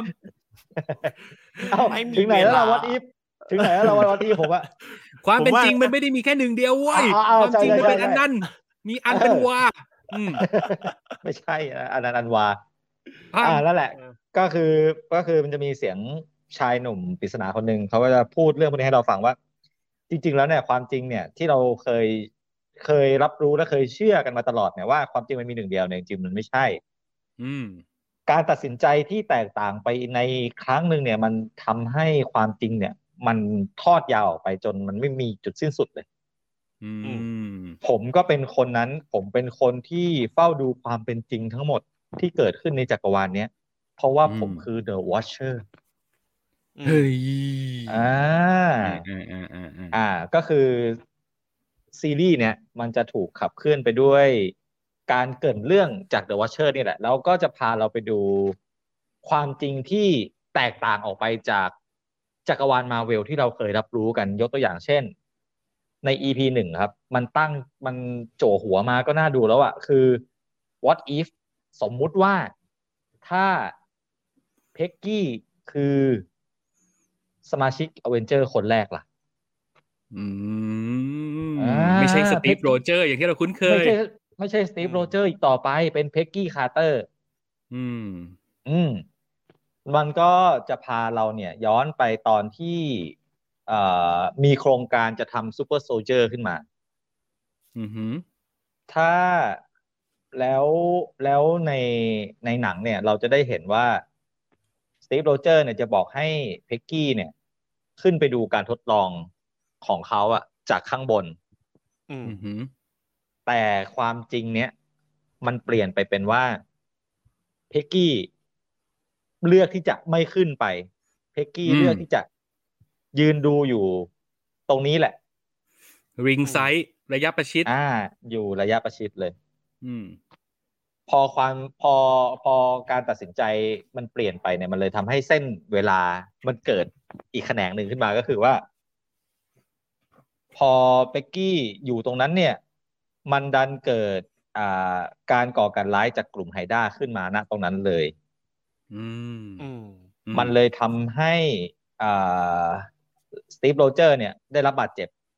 ถึงไหนแล้วเราวัดอีฟถึงไหนแล้วเราวัดอีฟผมว่าความเป็นจริงมันไม่ได้มีแค่หนึ่งเดียวเว้ยความจริงมันเป็นอันนั้นมีอันเป็นวาไม่ใช่อันนั้นอันวาอ่านั่นแหละก็คือก็คือมันจะมีเสียงชายหนุ่มปริศนาคนหนึ่งเขาก็จะพูดเรื่องพวกนี้ให้เราฟังว่าจริงๆแล้วเนี่ยความจริงเนี่ยที่เราเคยเคยรับรู้และเคยเชื่อกันมาตลอดเนี่ยว่าความจริงมันมีหนึ่งเดียวเนี่ยจริงๆมันไม่ใช่การตัดสินใจที่แตกต่างไปในครั้งหนึ่งเนี่ยมันทำให้ความจริงเนี่ยมันทอดยาวออกไปจนมันไม่มีจุดสิ้นสุดเลยผมก็เป็นคนนั้นผมเป็นคนที่เฝ้าดูความเป็นจริงทั้งหมดที่เกิดขึ้นในจักรวาลเนี้ยเพราะว่าผมคือ The Watcher เฮ้ยอ่าอ่าก็คือซีรีส์เนี่ยมันจะถูกขับเคลื่อนไปด้วยการเกริ่นเรื่องจาก The Watcher นี่แหละแล้วก็จะพาเราไปดูความจริงที่แตกต่างออกไปจากจักรวาล Marvel ที่เราเคยรับรู้กันยกตัวอย่างเช่นใน อี พี หนึ่งครับมันตั้งมันโจหัวมาก็น่าดูแล้วอะคือ What if สมมุติว่าถ้าเพ็กกี้คือสมาชิกอเวนเจอร์คนแรกล่ะอืมไม่ใช่สตีฟโรเจอร์อย่างที่เราคุ้นเคยไม่ใช่ไม่ใช่สตีฟโรเจอร์อีกต่อไปเป็นเพ็กกี้คาร์เตอร์อืมอืมมันก็จะพาเราเนี่ยย้อนไปตอนที่มีโครงการจะทำซูเปอร์โซลเจอร์ขึ้นมาอือหือถ้าแล้วแล้วในในหนังเนี่ยเราจะได้เห็นว่าสตีฟโรเจอร์เนี่ยจะบอกให้เพ็กกี้เนี่ยขึ้นไปดูการทดลองของเขาอะจากข้างบนอือหือแต่ความจริงเนี่ยมันเปลี่ยนไปเป็นว่าเพ็กกี้เลือกที่จะไม่ขึ้นไปเพ็กกี้เลือกที่จะยืนดูอยู่ตรงนี้แหละริงไซด์ระยะประชิดอ่าอยู่ระยะประชิดเลยอืมพอความพอพอการตัดสินใจมันเปลี่ยนไปเนี่ยมันเลยทำให้เส้นเวลามันเกิดอีกแขนงหนึ่งขึ้นมาก็คือว่าพอเป็กกี้อยู่ตรงนั้นเนี่ยมันดันเกิดอ่าการก่อการร้ายจากกลุ่มไฮด้าขึ้นมาณตรงนั้นเลยอืมมันเลยทำให้อ่าสตีฟโรเจอร์เนี่ยได้รับบาดเจ็บ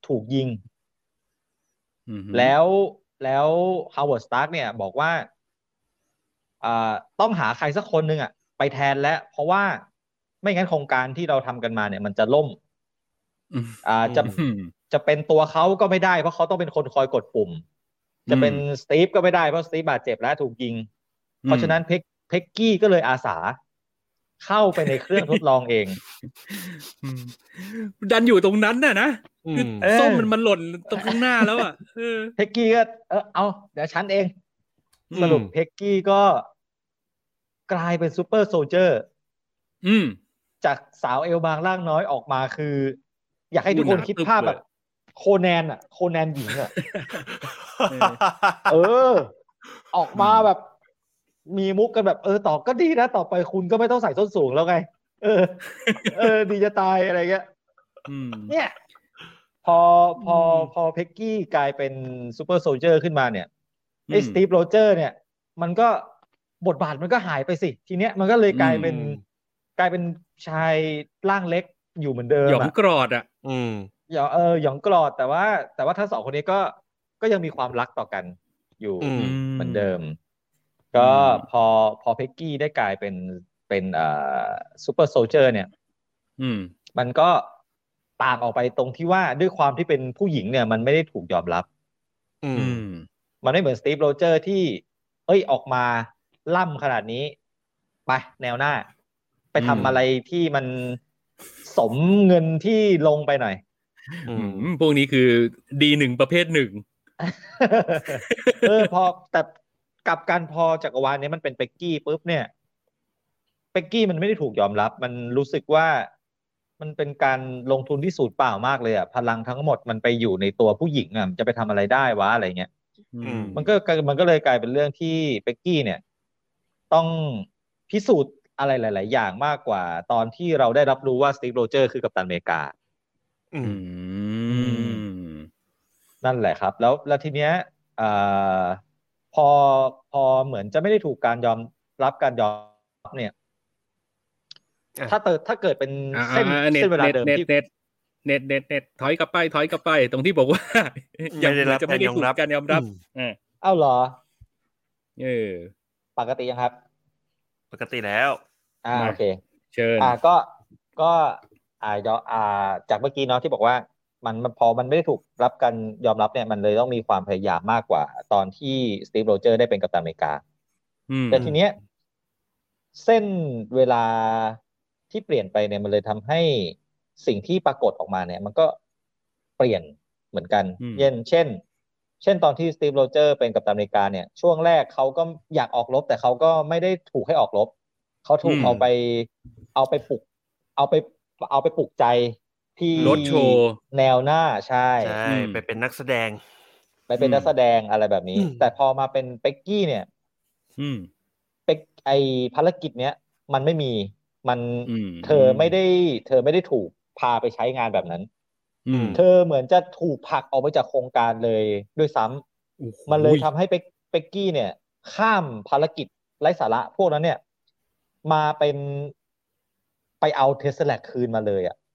ถูกยิงอือฮึแล้วแล้วฮาวเวิร์ดสตาร์กเนี่ยบอกว่าอ่าต้องหาใครสักคนหนึ่งอ่ะไปแทนแล้วเพราะว่าไม่งั้นโครงการที่เราทำกันมาเนี่ยมันจะล่มอืมอ่าจะอืมจะเป็นตัวเขาก็ไม่ได้เพราะเขาต้องเป็นคนคอยกดปุ่มจะเป็นสตีฟก็ไม่ได้เพราะสตีฟบาดเจ็บและถูกยิงเพราะฉะนั้นเพ็กเพ็กกี้ก็เลยอาสาเข้าไปในเครื่องทดลองเองอืมดันอยู่ตรงนั้นน่ะนะคือมเออส้มมันมันหล่นตรงข้างหน้าแล้วอ่ะเออเพ็กกี้ก็เออเอาเดี๋ยวฉันเองอืมสรุปเพ็กกี้ก็กลายเป็นซูเปอร์โซลเจอร์อืมจากสาวเอลบางร่างน้อยออกมาคือ อยากให้ทุกคนคิดอู้หนาตึบภาพเลยแบบโคแนนอ่ะโคแนนหญิงอ่ะเออเออ ออกมาแบบ มีมุกกันแบบเออต่อก็ดีนะต่อไปคุณก็ไม่ต้องใส่ส้นสูงแล้วไง เออ เออ ดีจะตายอะไรเงี้ยอืมเนี่ย พอพออืมพอเพ็กกี้กลายเป็นซูเปอร์โซลเจอร์ขึ้นมาเนี่ยไอ้อืมสตีฟโรเจอร์เนี่ย มันก็บทบาทมันก็หายไปสิ ทีเนี้ยมันก็เลยกลายเป็นอืมกลายเป็นชายร่างเล็กอยู่เหมือนเดิหมยองอ่ะกรอดอ่ะอืมหยองเออหยองกรอดแต่ว่า แต่ว่าทั้งสองคนนี้ก็ก็ยังมีความรักต่อกันอยู่อืมเหมือนเดิมอืก็มพอพอเพ็กกี้ได้กลายเป็นเป็นเอ่อซูเปอร์โซลเจอร์เนี่ยอืมมันก็ต่างออกไปตรงที่ว่าด้วยความที่เป็นผู้หญิงเนี่ย มันไม่ได้ถูกยอมรับอือืมมมันไม่เหมือนสตีฟโรเจอร์ที่ เอ้ยออกมาล่ำขนาดนี้ ไปแนวหน้า ไปอืมทำอะไรที่มันสมเงินที่ลงไปหน่อยอือืมมพวกนี้คือดีหนึ่งประเภทหนึ่งเออพอแต่กลับกันพอจักรวาลนี้มันเป็นเป็กกี้ปุ๊บเนี่ยเป็กกี้มันไม่ได้ถูกยอมรับ มันรู้สึกว่ามันเป็นการลงทุนที่สูญเปล่ามากเลยอ่ะพลังทั้งหมดมันไปอยู่ในตัวผู้หญิงอ่ะมันจะไปทำอะไรได้วะอะไรเงี้ยอืมมันก็มันก็เลยกลายเป็นเรื่องที่เป็กกี้เนี่ย ต้องพิสูจน์อะไรหลาย ๆ อย่างมากกว่าตอนที่เราได้รับรู้ว่าสตีฟโรเจอร์คือกัปตันอเมริกาอือืมมนั่นแหละครับ แล้วแล้วทีเนี้ยอ่าพอพอเหมือนจะไม่ได้ถูกการยอมรับการยอมรับเนี่ยอ่ะถ้าเกิดถ้าเกิดเป็นอ่าเส้นเน็ตเส้นเวลาเน็ตเดิมเน็ตที่เน็ตเน็ตเน็ตเน็ตถอยกลับไปถอยกลับไป ตรงที่บอกว่า ยังไม่ได้เหมือรับนจะไม่ได้ถูกการยอมรับการยอมรับอืมอ่าเอ้าเหรอเออปกติยังครับปกติแล้วอ่ามาโอเคเชิญอ่าก็ก็อ่ายออ่าจากเมื่อกี้เนาะที่บอกว่ามันมันพอมันไม่ได้ถูกรับการยอมรับเนี่ยมันเลยต้องมีความพยายามมากกว่าตอนที่สตีฟโรเจอร์ได้เป็นกัปตันอเมริกาอืมแต่ทีเนี้ยเส้นเวลาที่เปลี่ยนไปเนี่ยมันเลยทำให้สิ่งที่ปรากฏออกมาเนี่ย มันก็เปลี่ยนเหมือนกันอืมเช่นเช่น เช่นตอนที่สตีฟโรเจอร์เป็นกัปตันอเมริกาเนี่ยช่วงแรกเขาก็อยากออกรบแต่เขาก็ไม่ได้ถูกให้ออกรบเขาถูกอืมเอาไปเอาไปปลุกเอาไปเอาไปปลุกใจที่รถโชว์แนวหน้าใช่ใช่อืมไปเป็นนักแสดงไปเป็นอืมนักแสดงอะไรแบบนี้อืมแต่พอมาเป็นเป็กกี้เนี่ยอืมเป็กไอภารกิจเนี้ยมันไม่มีมันอืมเธอไม่ได้ เธอไม่ได้ถูกพาไปใช้งานแบบนั้นอืมเธอเหมือนจะถูกผลักออกไปจากโครงการเลยด้วยซ้ำโอ้โหมันเลยทำให้เป็กเป็กกี้เนี่ย ข้ามภารกิจไร้สาระพวกนั้นเนี่ย มาเป็นไปเอาเทสลาคืนมาเลยอ่ะ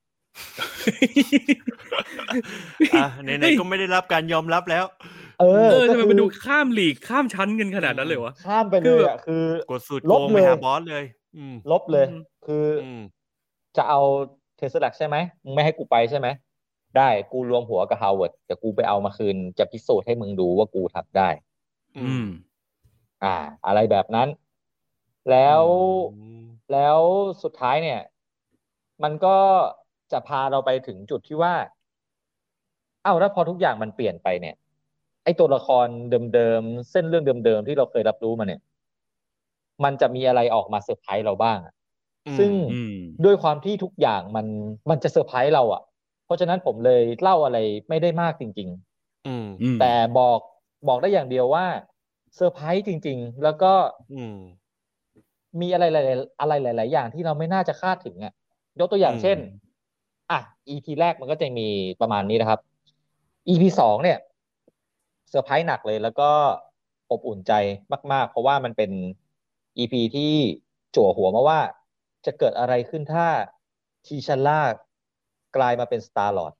อ่ะไหนๆก็ไม่ได้รับการยอมรับแล้วเออเออก็ทำไมคืมันอดูข้ามหลีกข้ามชั้นกันขนาดนั้นเลยวะข้ามไปเลยอ่ะคือกดสูตรลโกบงเลไปยหาบอสเลย อืมลบเลยอืมคืออืมจะเอาเทสลาใช่ไหมมึงไม่ให้กูไปใช่ไหมได้กูรวมหัวกับฮาวเวิร์ดแต่กูไปเอามาคืนจะพิสูจน์ให้มึงดูว่ากูทำได้อืมอ่า อะไรแบบนั้น แล้วอืมแล้วสุดท้ายเนี่ย มันก็จะพาเราไปถึงจุดที่ว่า เอ้าแล้วพอทุกอย่างมันเปลี่ยนไปเนี่ย ไอ้ตัวละครเดิมๆเส้นเรื่องเดิมๆที่เราเคยรับรู้มาเนี่ย มันจะมีอะไรออกมาเซอร์ไพรส์เราบ้างอะอืมซึ่งอืมด้วยความที่ทุกอย่างมันมันจะเซอร์ไพรส์เราอ่ะ เพราะฉะนั้นผมเลยเล่าอะไรไม่ได้มากจริงอืมอืมๆ แต่บอกบอกได้อย่างเดียวว่าเซอร์ไพรส์จริง ๆ แล้วก็อืมมีอะไรหลายๆอะไรหลาย ๆ อย่างที่เราไม่น่าจะคาดถึงอ่ะ ยกตัวอย่างอืมเช่น อ่ะ อี พี แรกมันก็จะมีประมาณนี้นะครับ อี พี สองเนี่ยเซอร์ไพรส์หนักเลย แล้วก็อบอุ่นใจมาก ๆ เพราะว่ามันเป็น อี พี ที่จั่วหัวมาว่า จะเกิดอะไรขึ้นถ้าทีชัลล่ากลายมาเป็นสตาร์ลอร์ด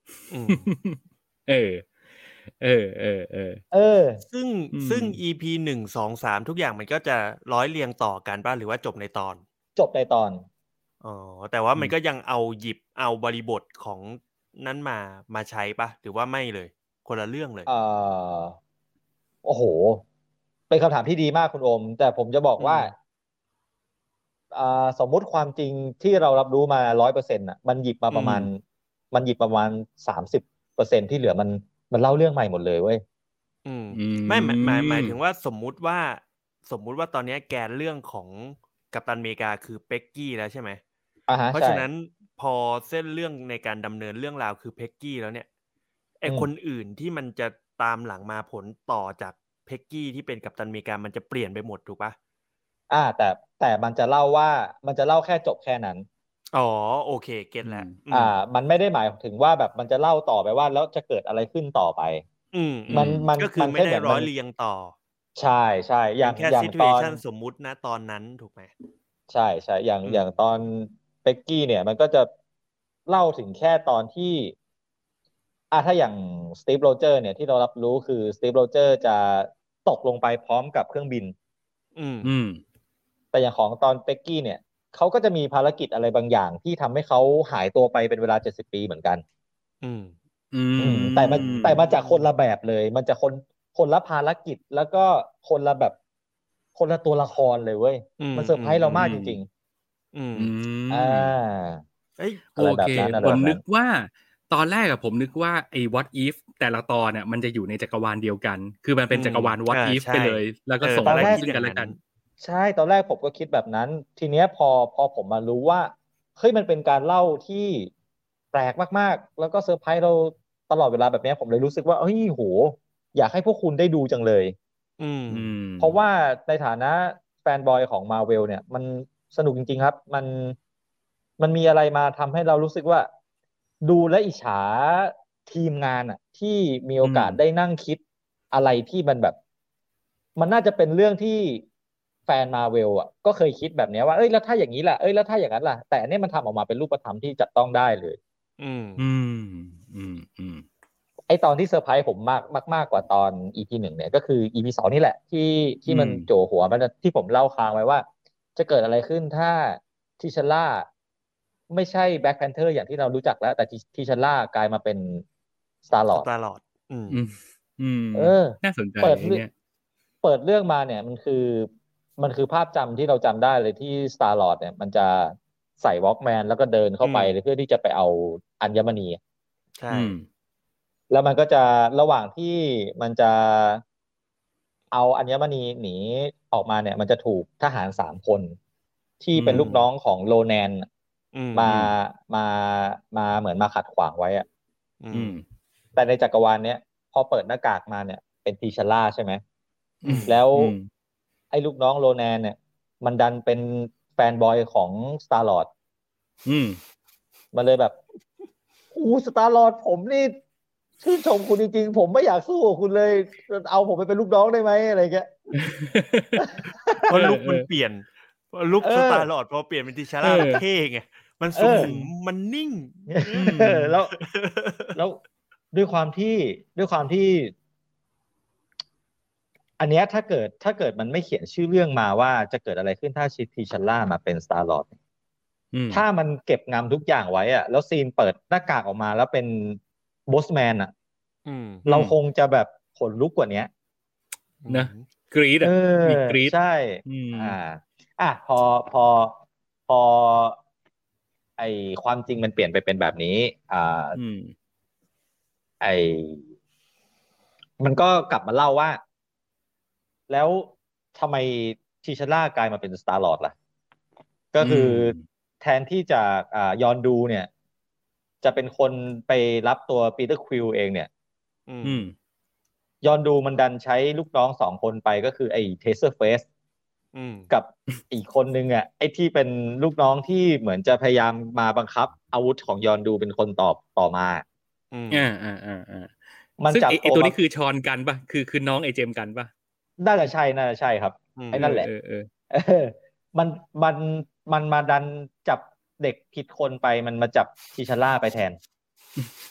เออเออเออเออเออซึ่งซึ่ง อี พี หนึ่ง สอง สามทุกอย่างมันก็จะร้อยเรียงต่อกันป่ะหรือว่าจบในตอนจบในตอนอ๋อแต่ว่ามันก็ยังเอาหยิบเอาบริบทของนั้นมามาใช้ป่ะหรือว่าไม่เลยคนละเรื่องเลยเอ่อโอ้โหเป็นคำถามที่ดีมากคุณโอมแต่ผมจะบอกว่าอ่าสมมุติความจริงที่เรารับรู้มาร้อยเปอร์เซ็นต์อ่ะมันหยิบมาประมาณมันหยิบประมาณสามสิบเปอร์เซ็นต์ที่เหลือมันมันเล่าเรื่องใหม่หมดเลยเว้ยอืมไม่หมายหมายหมายถึงว่าสมมุติว่าสมมุติว่าตอนนี้แกนเรื่องของกัปตันอเมริกาคือเป็กกี้แล้วใช่ไหมอ่าฮะเพราะฉะนั้นพอเส้นเรื่องในการดำเนินเรื่องราวคือเป็กกี้แล้วเนี่ยไอคนอื่นที่มันจะตามหลังมาผลต่อจากเป็กกี้ที่เป็นกัปตันอเมริกามันจะเปลี่ยนไปหมดถูกปะอ่าแต่แต่มันจะเล่าว่ามันจะเล่าแค่จบแค่นั้นอ๋อโอเคเก็ตแล้วอ่ามันไม่ได้หมายถึงว่าแบบมันจะเล่าต่อไปว่าแล้วจะเกิดอะไรขึ้นต่อไปอืมมันมันก็คือไม่ได้ร้อยเรียงต่อใช่ใช่อย่างแค่อย่างตอนสมมุตินะตอนนั้นถูกไหมใช่ใช่อย่างอย่างตอนเป็กกี้เนี่ยมันก็จะเล่าถึงแค่ตอนที่อ่ะถ้าอย่างสตีฟโรเจอร์เนี่ยที่เรารับรู้คือสตีฟโรเจอร์จะตกลงไปพร้อมกับเครื่องบินอืมอืมแต่อย่างของตอนเป็กกี้เนี่ยเขาก็จะมีภารกิจอะไรบางอย่างที่ทำให้เขาหายตัวไปเป็นเวลาเจ็ดสิบปีเหมือนกันอืมอืมแต่มันแต่มาจากคนละแบบเลยมันจะคนคนละภารกิจแล้วก็คนละแบบคนละตัวละครเลยเว้ยมันเซอร์ไพรส์เรามากจริงๆอืมอ่าเอ้ยโอเคผมนึกว่าตอนแรกอะผมนึกว่าไอ้ what if แต่ละตอนเนี่ยมันจะอยู่ในจักรวาลเดียวกันคือมันเป็นจักรวาล what if ไปเลยแล้วก็ส่งอะไรซึ่งกันและกันใช่ตอนแรกผมก็คิดแบบนั้นทีเนี้ยพอพอผมมารู้ว่าเฮ้ยมันเป็นการเล่าที่แปลกมากๆแล้วก็เซอร์ไพรส์เราตลอดเวลาแบบนี้ผมเลยรู้สึกว่าเฮ้ยโหอยากให้พวกคุณได้ดูจังเลยอืมเพราะว่าในฐานะแฟนบอยของ Marvel เนี่ยมันสนุกจริงๆครับมันมันมีอะไรมาทำให้เรารู้สึกว่าดูและอิจฉาทีมงานอ่ะที่มีโอกาสได้นั่งคิดอะไรที่มันแบบมันน่าจะเป็นเรื่องที่แฟนมาเวลอ่ะก็เคยคิดแบบนี้ว่าเอ้ยแล้วถ้าอย่างนี้ล่ะเอ้ยแล้วถ้าอย่างนั้นล่ะแต่อันนี้มันทำออกมาเป็นรูปธรรมที่จับต้องได้เลยอืมอืมอืมอืมไอตอนที่เซอร์ไพรส์ผมมากมากมากกว่าตอน อี พี หนึ่งเนี่ยก็คือ อี พี สองนี่แหละที่ที่มันโจหัวมันที่ผมเล่าค้างไว้ว่าจะเกิดอะไรขึ้นถ้าทิชล่าไม่ใช่แบ็คแพนเทอร์อย่างที่เรารู้จักแล้วแต่ทิชล่ากลายมาเป็นสตาร์ลอร์ดตลอดอืมอืมเออน่าสนใจเปิดเนี่ยเปิดเรื่องมาเนี่ยมันคือมันคือภาพจำที่เราจำได้เลยที่ Star Lord เนี่ยมันจะใส่วอล์กแมนแล้วก็เดินเข้าไปเพื่อที่จะไปเอาอัญมณีใช่แล้วมันก็จะระหว่างที่มันจะเอาอัญมณีหนีออกมาเนี่ยมันจะถูกทหารสามคนที่เป็นลูกน้องของโลแนนมามามาเหมือนมาขัดขวางไว้อะแต่ในจักรวาลเนี้ยพอเปิดหน้ากากมาเนี่ยเป็นทีชาร่าใช่ไหมแล้วไอ้ลูกน้องโลแนนเนี่ยมันดันเป็นแฟนบอยของสตาร์ลอร์ดมันเลยแบบอู้สตาร์ลอร์ดผมนี่ชื่นชมคุณจริงๆผมไม่อยากสู้กับคุณเลยเอาผมไปเป็นลูกน้องได้ไหมอะไรเงี้ยเพราะลุคมันเปลี่ยนลุคสตาร์ลอร์ดพอเปลี่ยนเป็นทิชาร่าเท่ไงมันสุขุมมันนิ่งแล้วแล้วด้วยความที่ด้วยความที่อันเนี้ยถ้าเกิดถ้าเกิดมันไม่เขียนชื่อเรื่องมาว่าจะเกิดอะไรขึ้นถ้าชิทิชัลล่ามาเป็นสตาร์ลอร์ดถ้ามันเก็บงำทุกอย่างไว้อะแล้วซีนเปิดหน้ากากออกมาแล้วเป็นบอสแมนอะเราคงจะแบบขนลุกกว่านี้นะกรี๊ดอ่ะมีกรี๊ดใช่อ่าอ่ะพอพอพอไอความจริงมันเปลี่ยนไปเป็นแบบนี้อ่าไอมันก็กลับมาเล่าว่าแล้วทำไมทิชล่ากลายมาเป็นสตาร์ลอร์ดล่ะก็คือแทนที่จะอ่ายอนดูเนี่ยจะเป็นคนไปรับตัวปีเตอร์ควิลเองเนี่ยยอนดูมันดันใช้ลูกน้องสองคนไปก็คือไอ้เทเซอร์เฟสกับอีกคนนึงอ่ะไอ้ที่เป็นลูกน้องที่เหมือนจะพยายามมาบังคับอาวุธของยอนดูเป็นคนตอบต่อมาอ่าอ่าอ่าอ่ามันจับไอ้ตัวนี้คือชอนกันป่ะคือคือน้องไอ้เจมกันป่ะน่าจะใช่น่าจะใช่ครับไอ้นั่นแหละเออเออมันมันมันมาดันจับเด็กผิดคนไปมันมาจับทิชาร่าไปแทน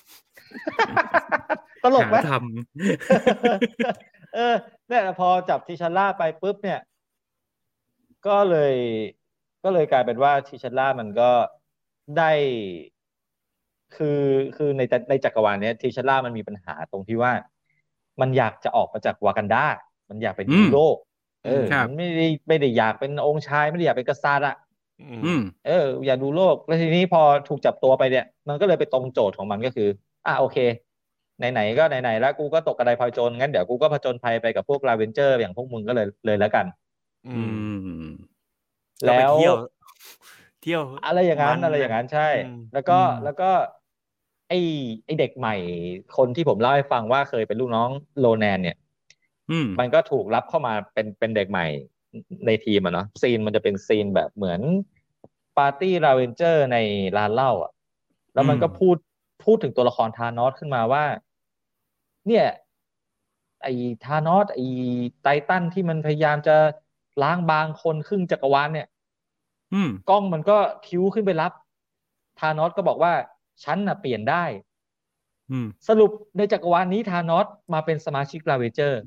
ตลกไหมทำเออเนี่ยพอจับทิชัลล่าไปปุ๊บเนี่ยก็เลยก็เลยกลายเป็นว่าทิชัลล่ามันก็ได้คือคือในในจักรวาลเนี้ยทิชัลล่ามันมีปัญหาตรงที่ว่ามันอยากจะออกมาจากวากันดามันอยากไปดูโลกเออมันไม่ได้ไม่ได้อยากเป็นองค์ชายไม่ได้อยากเป็นกษัตริย์อ่ะเอออยากดูโลกแล้วทีนี้พอถูกจับตัวไปเนี่ยมันก็เลยไปตรงโจทย์ของมันก็คืออ่ะโอเคไหนๆก็ไหนๆแล้วกูก็ตกกระไดพลอยโจรงั้นเดี๋ยวกูก็ผจญภัยไปกับพวกลาเวนเจอร์อย่างพวกมึงก็เลยเลยแล้วกันอืมแล้วเที่ยวเที่ยวอะไรอย่างนั้นอะไรอย่างนั้นใช่แล้วก็แล้วก็ไอไอเด็กใหม่คนที่ผมเล่าให้ฟังว่าเคยเป็นลูกน้องโลแนนเนี่ยมันก็ถูกรับเข้ามาเป็นเป็นเด็กใหม่ในทีมอะเนาะซีนมันจะเป็นซีนแบบเหมือนปาร์ตี้ลาเวนเจอร์ในร้านเหล้าอ่ะแล้วมันก็พูดพูดถึงตัวละครธานอสขึ้นมาว่าเนี่ยไอ้ธานอสไอ้ไททันที่มันพยายามจะล้างบางคนครึ่งจักรวาลเนี่ยกล้องมันก็คิ้วขึ้นไปรับธานอสก็บอกว่าฉันน่ะเปลี่ยนได้สรุปในจักรวาลนี้ธานอสมาเป็นสมาชิกลาเวเจอร์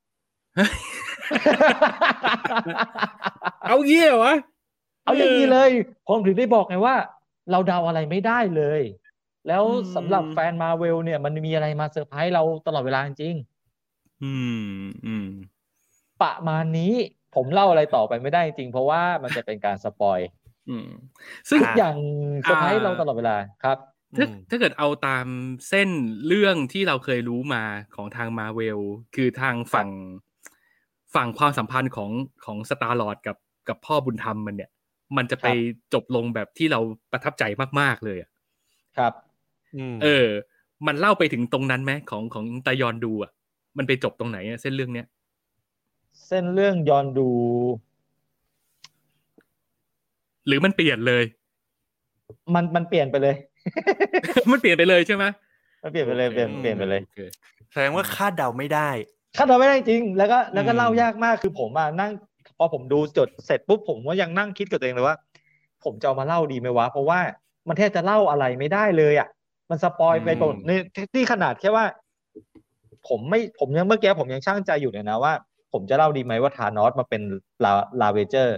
เอาเงี้ยวะเอาอย่างนี้เลยผมถึงได้บอกไงว่าเราเดาอะไรไม่ได้เลยแล้วสำหรับแฟนมาเวลเนี่ยมันมีอะไรมาเซอร์ไพรส์เราตลอดเวลาจริงอืมอืมประมาณนี้ผมเล่าอะไรต่อไปไม่ได้จริงเพราะว่ามันจะเป็นการสปอยซึ่งอย่างเซอร์ไพรส์เราตลอดเวลาครับถ้าถ้าเกิดเอาตามเส้นเรื่องที่เราเคยรู้มาของทางมาเวลคือทางฝั่งฝั่งความสัมพันธ์ของของสตาร์ลอร์ดกับกับพ่อบุญธรรมมันเนี่ยมันจะไปจบลงแบบที่เราประทับใจมากๆเลยอ่ะครับเออมันเล่าไปถึงตรงนั้นไหมของของตายอนดูอ่ะมันไปจบตรงไหนเส้นเรื่องเนี้ยเส้นเรื่องยอนดูหรือมันเปลี่ยนเลยมันมันเปลี่ยนไปเลยมันเปลี่ยนไปเลยใช่ไหมมันเปลี่ยนไปเลยเปลี่ยนเปลี่ยนไปเลยแสดงว่าคาดเดาไม่ได้คาดเดาไม่ได้จริงแล้วก็แล้วก็เล่ายากมากคือผมอ่ะนั่งพอผมดูจดเสร็จปุ๊บผมก็ยังนั่งคิดกับตัวเองเลยว่าผมจะเอามาเล่าดีไหมวะเพราะว่ามันแทบจะเล่าอะไรไม่ได้เลยอ่ะมันสปอยไปหมดในที่ขนาดแค่ว่าผมไม่ผมยังเมื่อกี้ผมยังช่างใจอยู่เลยนะว่าผมจะเล่าดีไหมว่าธานอสมาเป็นลาลาเวเจอร์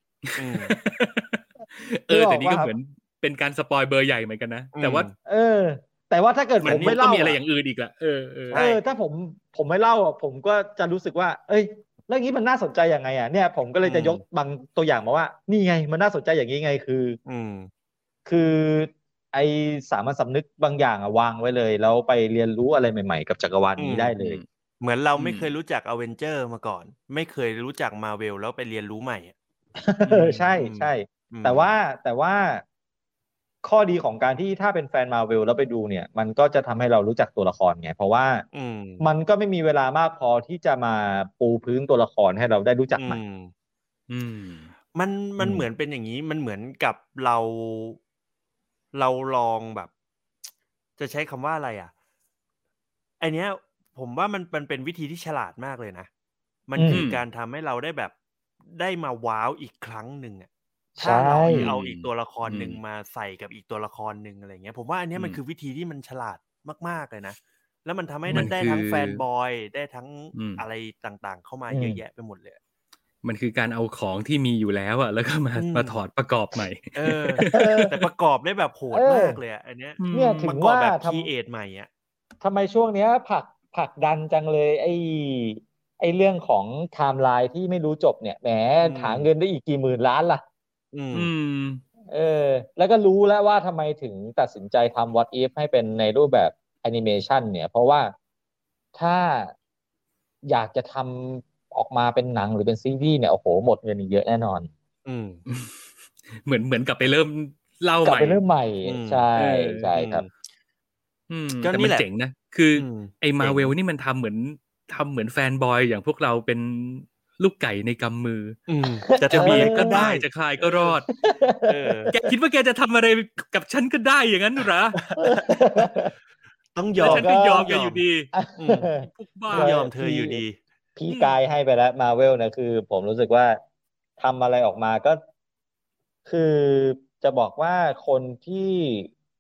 เออแต่นี่ก็เหมือนเป็นการสปอยเบอร์ใหญ่เหมือนกันนะแต่ว่าเออแต่ว่าถ้าเกิดผมไม่เล่ามีอะไรอย่างอื่นอีกละเออเออเออถ้าผมผมไม่เล่าอ่ะผมก็จะรู้สึกว่าเอ้ยเรื่องนี้มันน่าสนใจยังไงอ่ะเนี่ยผมก็เลยจะยกบางตัวอย่างมาว่านี่ไงมันน่าสนใจอย่างนี้ไงคืออืมคือไอสามัญสำนึกบางอย่างอ่ะวางไว้เลยแล้วไปเรียนรู้อะไรใหม่ๆกับจักรวาลนี้ได้เลยเหมือนเราไม่เคยรู้จักอเวนเจอร์มาก่อนไม่เคยรู้จักมาเวลแล้วไปเรียนรู้ใหม่ใช่ใช่แต่ว่าแต่ว่าข้อดีของการที่ถ้าเป็นแฟนมาเวลแล้วไปดูเนี่ยมันก็จะทำให้เรารู้จักตัวละครไงเพราะว่ามันก็ไม่มีเวลามากพอที่จะมาปูพื้นตัวละครให้เราได้รู้จักมันมันมันเหมือนเป็นอย่างนี้มันเหมือนกับเราเราลองแบบจะใช้คำว่าอะไรอ่ะไอเนี้ยผมว่ามันมันเป็นวิธีที่ฉลาดมากเลยนะมันคือการทำให้เราได้แบบได้มาว้าวอีกครั้งหนึ่งอ่ะถ้าเราเอาอีกตัวละครหนึ่งมาใส่กับอีกตัวละครหนึ่งอะไรเงี้ยผมว่าอันนี้มันคือวิธีที่มันฉลาดมากๆเลยนะแล้วมันทำให้ได้ทั้งแฟนบอยได้ทั้งอะไรต่างๆเข้ามาเยอะแยะไปหมดเลยมันคือการเอาของที่มีอยู่แล้วอ่ะแล้วก็มามาถอดประกอบใหม่เออแต่ประกอบได้แบบโหดมากเลยอ่ะอันเนี้ยเนี่ยถึงว่าแบบครีเอทใหม่อ่ะทำไมช่วงเนี้ยผลักผลักดันจังเลยไอ้ไอ้เรื่องของไทม์ไลน์ที่ไม่รู้จบเนี่ยแหมหาเงินได้อีกกี่หมื่นล้านล่ะอืมเออแล้วก็รู้แล้วว่าทำไมถึงตัดสินใจทำ What If ให้เป็นในรูปแบบแอนิเมชันเนี่ยเพราะว่าถ้าอยากจะทำออกมาเป็นหนังหรือเป็นซีรีส์เนี่ยโอ้โหหมดเงินเยอะแน่นอนอืมเหมือนเหมือนกลับไปเริ่มเล่าใหม่กลับไปเริ่มใหม่ใช่ใช่ครับอืมแต่มันเจ๋งนะคือไอ้มาเวลนี่มันทำเหมือนทำเหมือนแฟนบอยอย่างพวกเราเป็นลูกไก่ในกำมือจะทำอะไรก็ได้จะคลายก็รอดแกคิดว่าแกจะทำอะไรกับฉันก็ได้อย่างนั้นเหรอต้องยอมฉันก็ยอมแกอยู่ดีพวกบ้ายอมเธออยู่ดีพี่กายให้ไปแล้วมาเวลนะคือผมรู้สึกว่าทำอะไรออกมาก็คือจะบอกว่าคนที่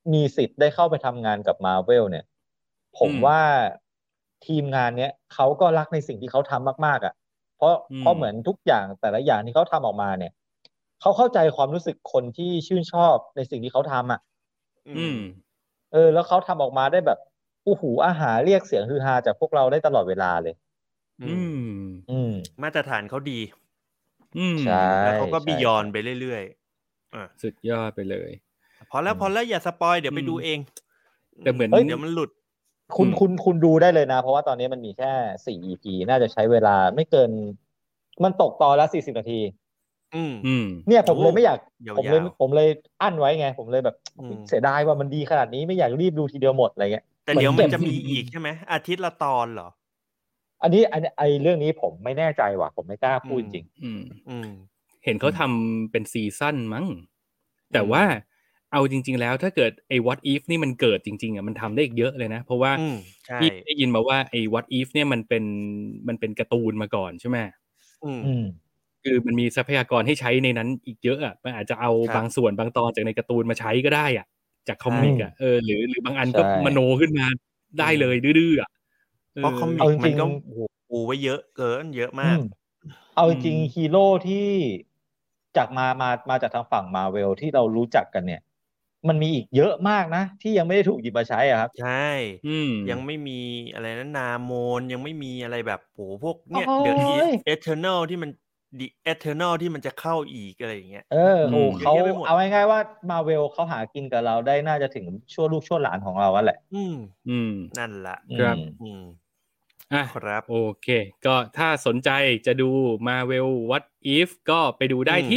มีสิทธิ์ได้เข้าไปทำงานกับ Marvel เนี่ยผมว่าทีมงานเนี้ยเขาก็รักในสิ่งที่เขาทำมากๆอ่ะเพราะเพราะเหมือนทุกอย่างแต่ละอย่างที่เขาทำออกมาเนี่ยเขาเข้าใจความรู้สึกคนที่ชื่นชอบในสิ่งที่เขาทำอ่ะอืมเออแล้วเขาทำออกมาได้แบบอู้หูอาหารเรียกเสียงฮือฮาจากพวกเราได้ตลอดเวลาเลยอืมอืมมาตรฐานเขาดีอืมใช่แล้วเขาก็บียอนไปเรื่อยๆอ่ะสุดยอดไปเลยพอแล้วพอแล้วอย่าสปอยเดี๋ยวไปดูเองแต่เหมือนเดี๋ยวมันหลุดคุณคุณคุณดูได้เลยนะเพราะว่าตอนนี้มันมีแค่สี่ อี พี น่าจะใช้เวลาไม่เกินมันตกตอนละสี่สิบนาทีอืมอืมเนี่ยผมเลยไม่อยากผมเลยยาวๆผมเลยอั้นไว้ไงผมเลยแบบเสียดายว่ามันดีขนาดนี้ไม่อยากรีบดูทีเดียวหมดอะไรเงี้ยแต่เดี๋ยวมันจะมีอีกใช่ไหมอาทิตย์ละตอนเหรออันนี้อันไอเรื่องนี้ผมไม่แน่ใจว่ะผมไม่กล้าพูดจริงอืมอืมเห็นเขาทำเป็นซีซั่นมั้งแต่ว่าเอาจริงๆแล้วถ้าเกิดไอ้ what if นี่มันเกิดจริงๆอ่ะมันทำได้อีกเยอะเลยนะเพราะว่าพี่ได้ยินมาว่าไอ้ what if เนี่ยมันเป็นมันเป็นการ์ตูนมาก่อนใช่ไหมอืมคือมันมีทรัพยากรให้ใช้ในนั้นอีกเยอะอ่ะมันอาจจะเอาบางส่วนบางตอนจากในการ์ตูนมาใช้ก็ได้อ่ะจากคอมิกอ่ะเออหรือหรือบางอันก็มโนขึ้นมาได้เลยดื้อๆอ่ะเพราะคอมิกมันก็ปูไว้เยอะเกินเยอะมากเอาจริงฮีโร่ที่จากมามามาจากทางฝั่งมาเวลที่เรารู้จักกันเนี่ยมันมีอีกเยอะมากนะที่ยังไม่ได้ถูกหยิบมาใช้อ่ะครับใช่ยังไม่มีอะไรนะนาโมนยังไม่มีอะไรแบบโหพวกเนี่ยเดอะเอเทอร์นัลที่มันดิเอเทอร์นัลที่มันจะเข้าอีกอะไรอย่างเงี้ยเออโอ้เขาเอาง่ายๆว่ามาเวลเขาหากินกับเราได้น่าจะถึงชั่วลูกชั่วหลานของเราแล้วแหละอืมอืมนั่นแหละครับอืมอ่ะครับโอเคก็ถ้าสนใจจะดู Marvel What If ก็ไปดูได้ที่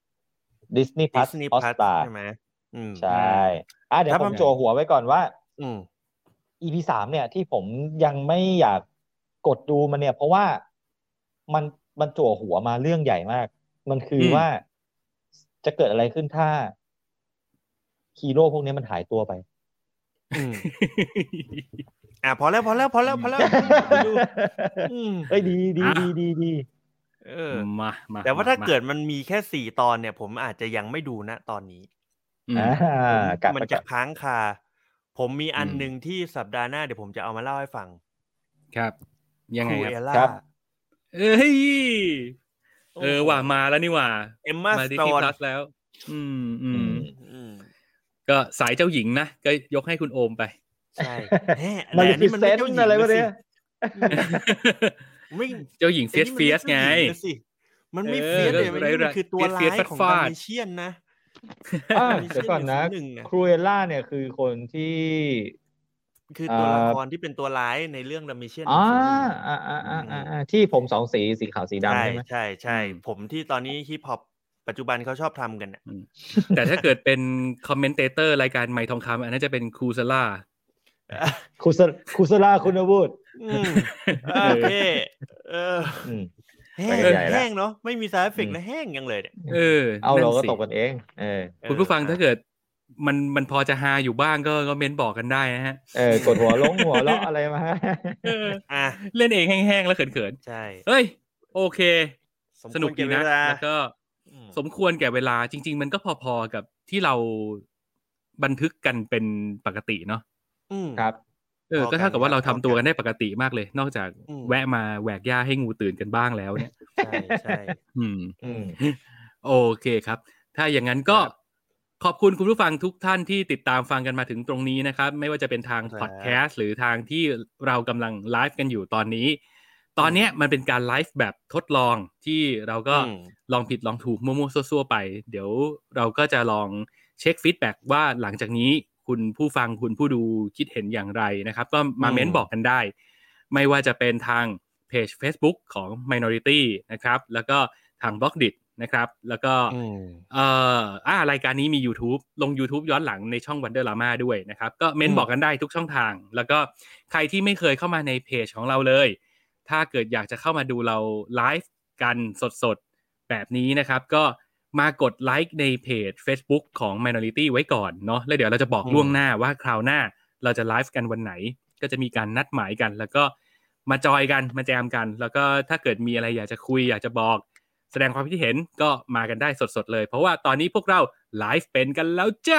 Disney Plus Hotstar ใช่ไหมอืมใช่อ่ะเดี๋ยวผมโจหัวไว้ก่อนว่าอืมอี พี สามเนี่ยที่ผมยังไม่อยากกดดูมันเนี่ยเพราะว่ามันมันจั่วหัวมาเรื่องใหญ่มากมันคือว่าจะเกิดอะไรขึ้นถ้าฮีโร่พวกนี้มันหายตัวไปอืมอ่ะพอแล้วพอแล้วพอแล้วพอแล้วดูเอ้ยดีดีดีดีดีเออมามาแต่ว่าถ้าเกิดมันมีแค่สี่ตอนเนี่ยผมอาจจะยังไม่ดูนะตอนนี้อ่ามันจะค้างคาผมมีอันนึงที่สัปดาห์หน้าเดี๋ยวผมจะเอามาเล่าให้ฟังครับยังไงครับเอ้ยเออว่ามาแล้วนี่ว่าเอมมาสโตนแล้ว อืมอืมก็สายเจ้าหญิงนะก็ยกให้คุณโอมไปใช่แต่อันนี้มันไม่เจ้าหญิงอะไรวะเนี่ยไม่เจ้าหญิงเฟียสเฟียสไงมันไม่เฟียสเลยมันคือตัวร้ายของดามิเชียนนะเดี๋ยวก่อนนะครูเอล่าเนี่ยคือคนที่คือตัวละครที่เป็นตัวร้ายในเรื่องดามิเชียนอ๋ออ่าอ่าอ่าที่ผมสองสีสีขาวสีดำใช่ไหมใช่ใช่ผมที่ตอนนี้ฮิปฮอปปัจจุบันเขาชอบทำกันเนี่ยแต่ถ้าเกิดเป็นคอมเมนเตเตอร์รายการไมค์ทองคำอันนั้นจะเป็นครูซาร่าครูซาครูซาร่าคุณวุฒิโอเคเออแห้งแห้งเนาะไม่มีซาวด์เอฟเฟกต์นะแห้งยังเลยเนี่ยเออเอาเราก็ตกกันเองเออคุณผู้ฟังถ้าเกิดมันมันพอจะฮาอยู่บ้างก็ก็เม้นบอกกันได้นะฮะเออกดหัวลงหัวเลาะอะไรมาอ่ะเล่นเองแห้งๆแล้วเขินๆใช่เฮ้ยโอเคสนุกดีนะแล้วก็สมควรแก่เวลาจริงๆมันก็พอๆกับที่เราบันทึกกันเป็นปกติเนาะครับเออก็เท่ากับว่าเราทำตัวกันได้ปกติมากเลยนอกจากแวะมาแหวกหญ้าให้งูตื่นกันบ้างแล้วเนี่ยใช่ใช่อืมโอเคครับถ้าอย่างนั้นก็ขอบคุณคุณผู้ฟังทุกท่านที่ติดตามฟังกันมาถึงตรงนี้นะครับไม่ว่าจะเป็นทางพอดแคสต์หรือทางที่เรากำลังไลฟ์กันอยู่ตอนนี้ตอนนี้มันเป็นการไลฟ์แบบทดลองที่เราก็ลองผิดลองถูกมั่วๆซั่วๆไปเดี๋ยวเราก็จะลองเช็คฟีดแบ็กว่าหลังจากนี้คุณผู้ฟังคุณผู้ดูคิดเห็นอย่างไรนะครับก็มาเม้นบอกกันได้ไม่ว่าจะเป็นทางเพจ Facebook ของ Minority นะครับแล้วก็ทาง Blockdit นะครับแล้วก็เอ่ออ่ารายการนี้มี YouTube ลง YouTube ย้อนหลังในช่อง Wonderlama ด้วยนะครับก็เม้นบอกกันได้ทุกช่องทางแล้วก็ใครที่ไม่เคยเข้ามาในเพจของเราเลยถ้าเกิดอยากจะเข้ามาดูเราไลฟ์กันสดๆแบบนี้นะครับก็มากดไลค์ในเพจ Facebook ของ Minority ไว้ก่อนเนาะแล้วเดี๋ยวเราจะบอกล่วงหน้าว่าคราวหน้าเราจะไลฟ์กันวันไหนก็จะมีการนัดหมายกันแล้วก็มาจอยกันมาแจมกันแล้วก็ถ้าเกิดมีอะไรอยากจะคุยอยากจะบอกแสดงความคิดเห็นก็มากันได้สดๆเลยเพราะว่าตอนนี้พวกเราไลฟ์เป็นกันแล้วจ้า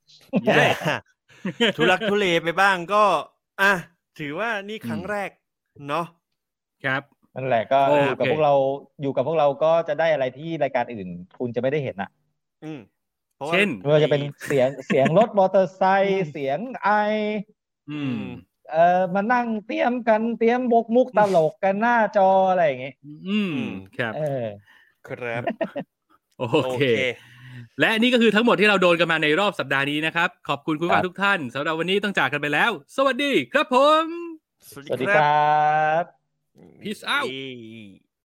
แย่ทุลักทุเลไปบ้างก็อ่ะถือว่านี่ครั้งแรกเนาะครับนั่นแหละก็อยู่กับพวกเราอยู่กับพวกเราก็จะได้อะไรที่รายการอื่นคุณจะไม่ได้เห็นอ่ะอืมเช่นไม่ว่าจะเป็นเสียงเสียงรถมอเตอร์ไซค์เสียงไออืมเอ่อมานั่งเตรียมกันเตรียมบกมุกตลกกันหน้าจออะไรอย่างงี้อืมครับเออครับโอเคและนี่ก็คือทั้งหมดที่เราโดนกันมาในรอบสัปดาห์นี้นะครับขอบคุณคุณผู้ฟังทุกท่านสำหรับวันนี้ต้องจากกันไปแล้วสวัสดีครับผมสวัสดีครับ Peace out